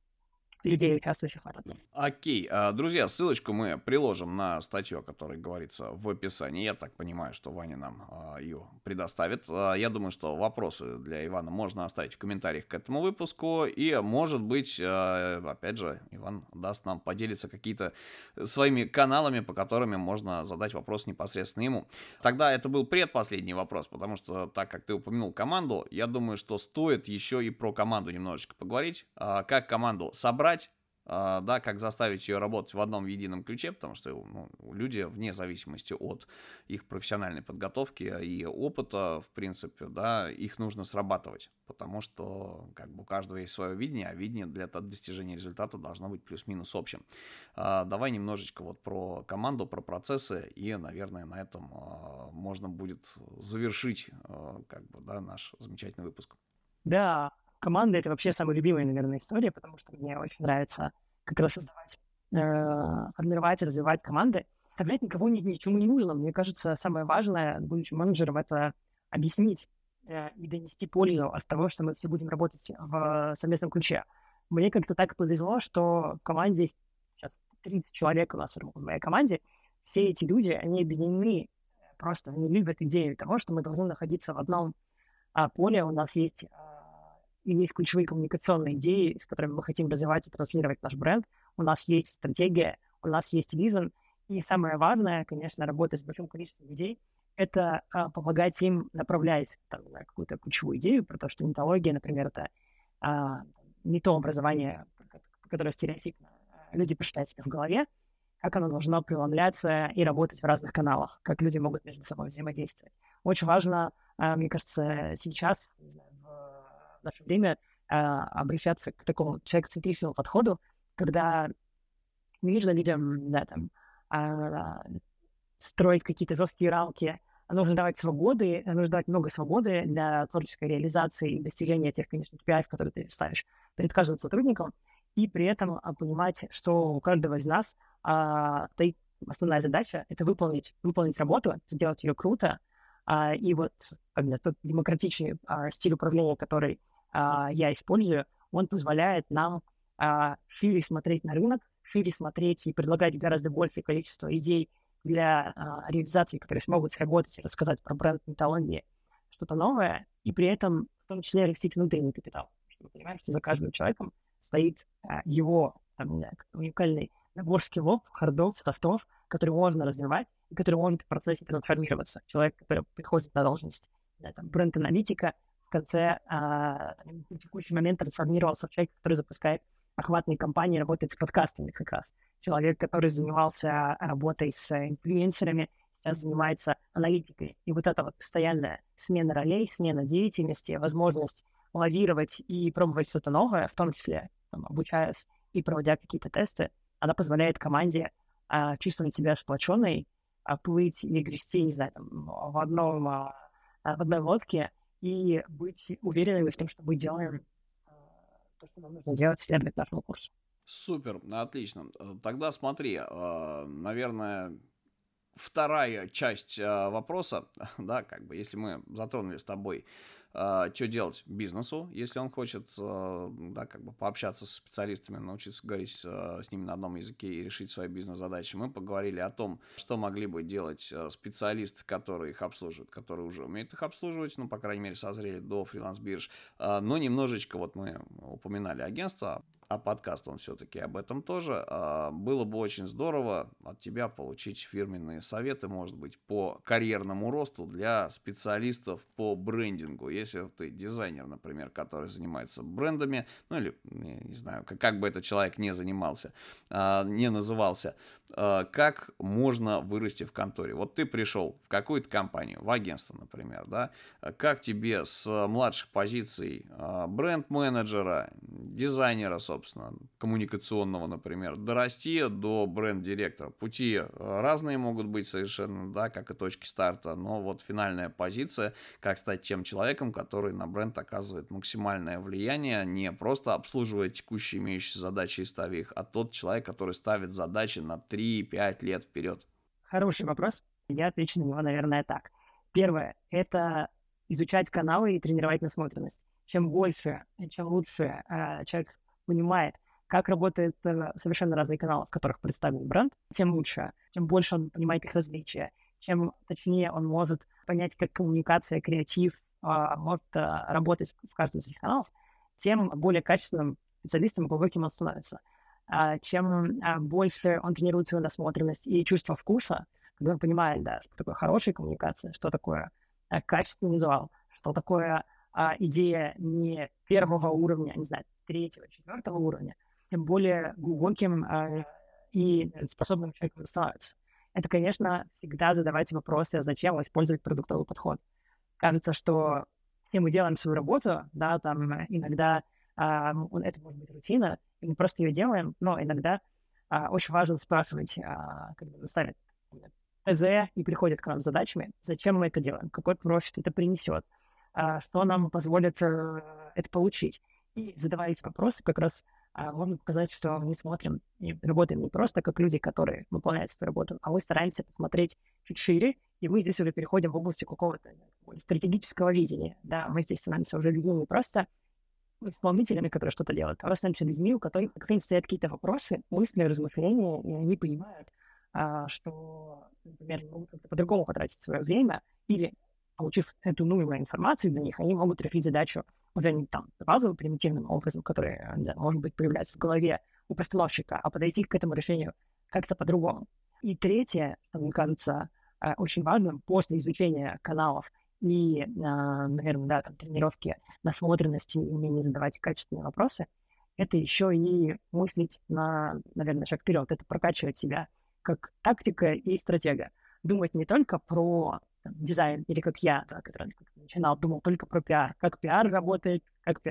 людей, участвующих в этом. Окей, друзья, ссылочку мы приложим на статью, о которой говорится в описании. Я так понимаю, что Ваня нам ее предоставит. Я думаю, что вопросы для Ивана можно оставить в комментариях к этому выпуску. И, может быть, опять же, Иван даст нам поделиться какие-то своими каналами, по которым можно задать вопрос непосредственно ему. Тогда это был предпоследний вопрос, потому что, так как ты упомянул команду, я думаю, что стоит еще и про команду немножечко поговорить. Как команду собрать, да, как заставить ее работать в одном едином ключе, потому что люди, вне зависимости от их профессиональной подготовки и опыта, в принципе, да, их нужно срабатывать, потому что как бы у каждого есть свое видение, а видение для достижения результата должно быть плюс-минус общим. Давай немножечко вот про команду, про процессы, и, наверное, на этом можно будет завершить как бы, да, наш замечательный выпуск. Да, команда — это вообще самая любимая, наверное, история, потому что мне очень нравится как раз создавать, формировать и развивать команды. Оставлять никого ничему не нужно. Мне кажется, самое важное будущим менеджерам — это объяснить и донести пользу от того, что мы все будем работать в совместном ключе. Мне как-то так повезло, что в команде сейчас 30 человек у нас в моей команде. Все эти люди, они объединены, просто они любят идею того, что мы должны находиться в одном поле. У нас есть ключевые коммуникационные идеи, с которыми мы хотим развивать и транслировать наш бренд. У нас есть стратегия, у нас есть визион. И самое важное, конечно, работать с большим количеством людей, это помогать им направлять на какую-то ключевую идею, потому что нетология, например, это не то образование, которое стереотипно люди посчитают себе в голове, как оно должно преломляться и работать в разных каналах, как люди могут между собой взаимодействовать. Очень важно, мне кажется, сейчас, в наше время, обращаться к такому человекоцентричному подходу, когда не нужно людям, да, там, строить какие-то жесткие рамки, а нужно давать свободы, нужно давать много свободы для творческой реализации и достижения тех, конечно, KPI, которые ты ставишь перед каждым сотрудником, и при этом понимать, что у каждого из нас стоит основная задача — это выполнить работу, сделать ее круто, и вот как бы, тот демократичный стиль управления, который я использую, он позволяет нам шире смотреть на рынок, шире смотреть и предлагать гораздо большее количество идей для реализации, которые смогут сработать и рассказать про бренд, методологии, что-то новое, и при этом в том числе растить внутренний капитал. Что мы понимаем, что за каждым человеком стоит его уникальный набор скиллов, хардов, софтов, которые можно развивать и который может в процессе трансформироваться. Человек, который приходит на должность бренд-аналитика, в конце, в текущий момент трансформировался в человека, который запускает охватные кампании, работает с подкастами как раз. Человек, который занимался работой с инфлюенсерами, сейчас занимается аналитикой. И вот эта вот постоянная смена ролей, смена деятельности, возможность лавировать и пробовать что-то новое, в том числе обучаясь и проводя какие-то тесты, она позволяет команде чувствовать себя сплоченной, плыть или грести, не знаю, в одной лодке и быть уверенными в том, что мы делаем то, что нам нужно делать, следовать нашему курсу. Супер, отлично. Тогда смотри, наверное, вторая часть вопроса, да, как бы, если мы затронули с тобой, что делать бизнесу, если он хочет, да, как бы пообщаться с специалистами, научиться говорить с ними на одном языке и решить свои бизнес-задачи. Мы поговорили о том, что могли бы делать специалисты, которые их обслуживают, которые уже умеют их обслуживать, ну, по крайней мере, созрели до фриланс-бирж. Но немножечко, вот мы упоминали агентство, а подкаст он все-таки об этом тоже. Было бы очень здорово от тебя получить фирменные советы, может быть, по карьерному росту для специалистов по брендингу. Если ты дизайнер, например, который занимается брендами, ну или, не знаю, как бы этот человек не занимался, не назывался, как можно вырасти в конторе. Вот ты пришел в какую-то компанию, в агентство, например, да, как тебе с младших позиций бренд-менеджера, дизайнера, собственно, коммуникационного, например, дорасти до бренд-директора. Пути разные могут быть совершенно, да, как и точки старта, но вот финальная позиция, как стать тем человеком, который на бренд оказывает максимальное влияние, не просто обслуживая текущие имеющиеся задачи и ставя их, а тот человек, который ставит задачи на 3-5 лет вперед. Хороший вопрос. Я отвечу на него, наверное, так. Первое — это изучать каналы и тренировать насмотренность. Чем больше, чем лучше человек понимает, как работают совершенно разные каналы, в которых представлен бренд, тем лучше. Чем больше он понимает их различия, чем точнее он может понять, как коммуникация, креатив может работать в каждом из этих каналов, тем более качественным специалистом и глубоким он становится. Чем больше он тренирует свою насмотренность и чувство вкуса, когда он понимает, да, что такое хорошая коммуникация, что такое качественный визуал, что такое идея не первого уровня, не знаю, третьего, четвертого уровня, тем более глубоким и способным человеком становится. Это, конечно, всегда задавать вопросы, зачем использовать продуктовый подход. Кажется, что все мы делаем свою работу, да, там иногда это может быть рутина, и мы просто ее делаем, но иногда очень важно спрашивать, когда мы ставим ТЗ и приходят к нам с задачами, зачем мы это делаем, какой профит это принесет, что нам позволит это получить. И задавая эти вопросы, как раз можно показать, что мы смотрим и работаем не просто как люди, которые выполняют свою работу, а мы стараемся посмотреть чуть шире, и мы здесь уже переходим в область какого-то стратегического видения. Да, мы здесь становимся уже людьми не просто исполнителями, которые что-то делают, а мы становимся людьми, у которых стоят какие-то вопросы, мысли, размышления, и они понимают, что, например, могут по-другому потратить свое время, или, получив эту нужную информацию для них, они могут решить задачу уже не там базовым, примитивным образом, который, может быть, появляется в голове у постановщика, а подойти к этому решению как-то по-другому. И третье, что мне кажется очень важным, после изучения каналов и, наверное, да, там, тренировки насмотренности и умения задавать качественные вопросы, это еще и мыслить наверное, шаг вперед. Это прокачивать себя как тактика и стратега. Думать не только про дизайн, или как я, да, который начинал, думал только про пиар, как пиар работает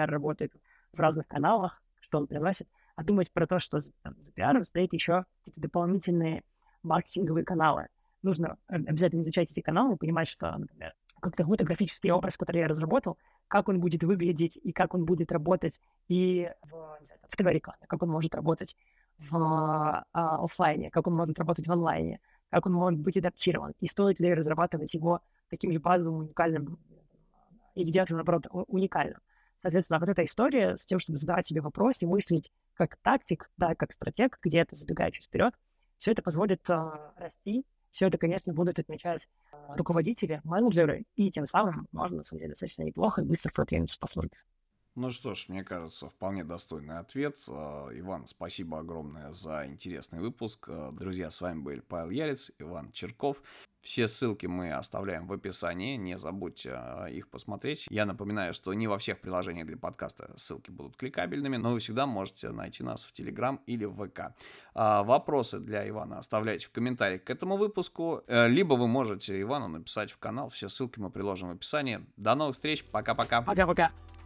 в разных каналах, что он приносит, а думать про то, что за пиаром стоит еще какие-то дополнительные маркетинговые каналы, нужно обязательно изучать эти каналы, понимать, что, например, какой-то графический образ, который я разработал, как он будет выглядеть и как он будет работать и не знаю, в ТВ-рекламе, как он может работать в офлайне, как он может работать в онлайне, как он может быть адаптирован, и стоит ли разрабатывать его таким же базовым, уникальным, или делать его, наоборот, уникальным. Соответственно, вот эта история с тем, чтобы задавать себе вопрос и мыслить как тактик, да, как стратег, где-то забегая чуть вперед, все это позволит расти. Все это, конечно, будут отмечать руководители, менеджеры, и тем самым можно, на самом деле, достаточно неплохо и быстро продвинуться по службе. Ну что ж, мне кажется, вполне достойный ответ. Иван, спасибо огромное за интересный выпуск. Друзья, с вами был Павел Ярец, Иван Чирков. Все ссылки мы оставляем в описании, не забудьте их посмотреть. Я напоминаю, что не во всех приложениях для подкаста ссылки будут кликабельными, но вы всегда можете найти нас в Telegram или в ВК. Вопросы для Ивана оставляйте в комментариях к этому выпуску, либо вы можете Ивану написать в канал. Все ссылки мы приложим в описании. До новых встреч, пока-пока. Пока-пока.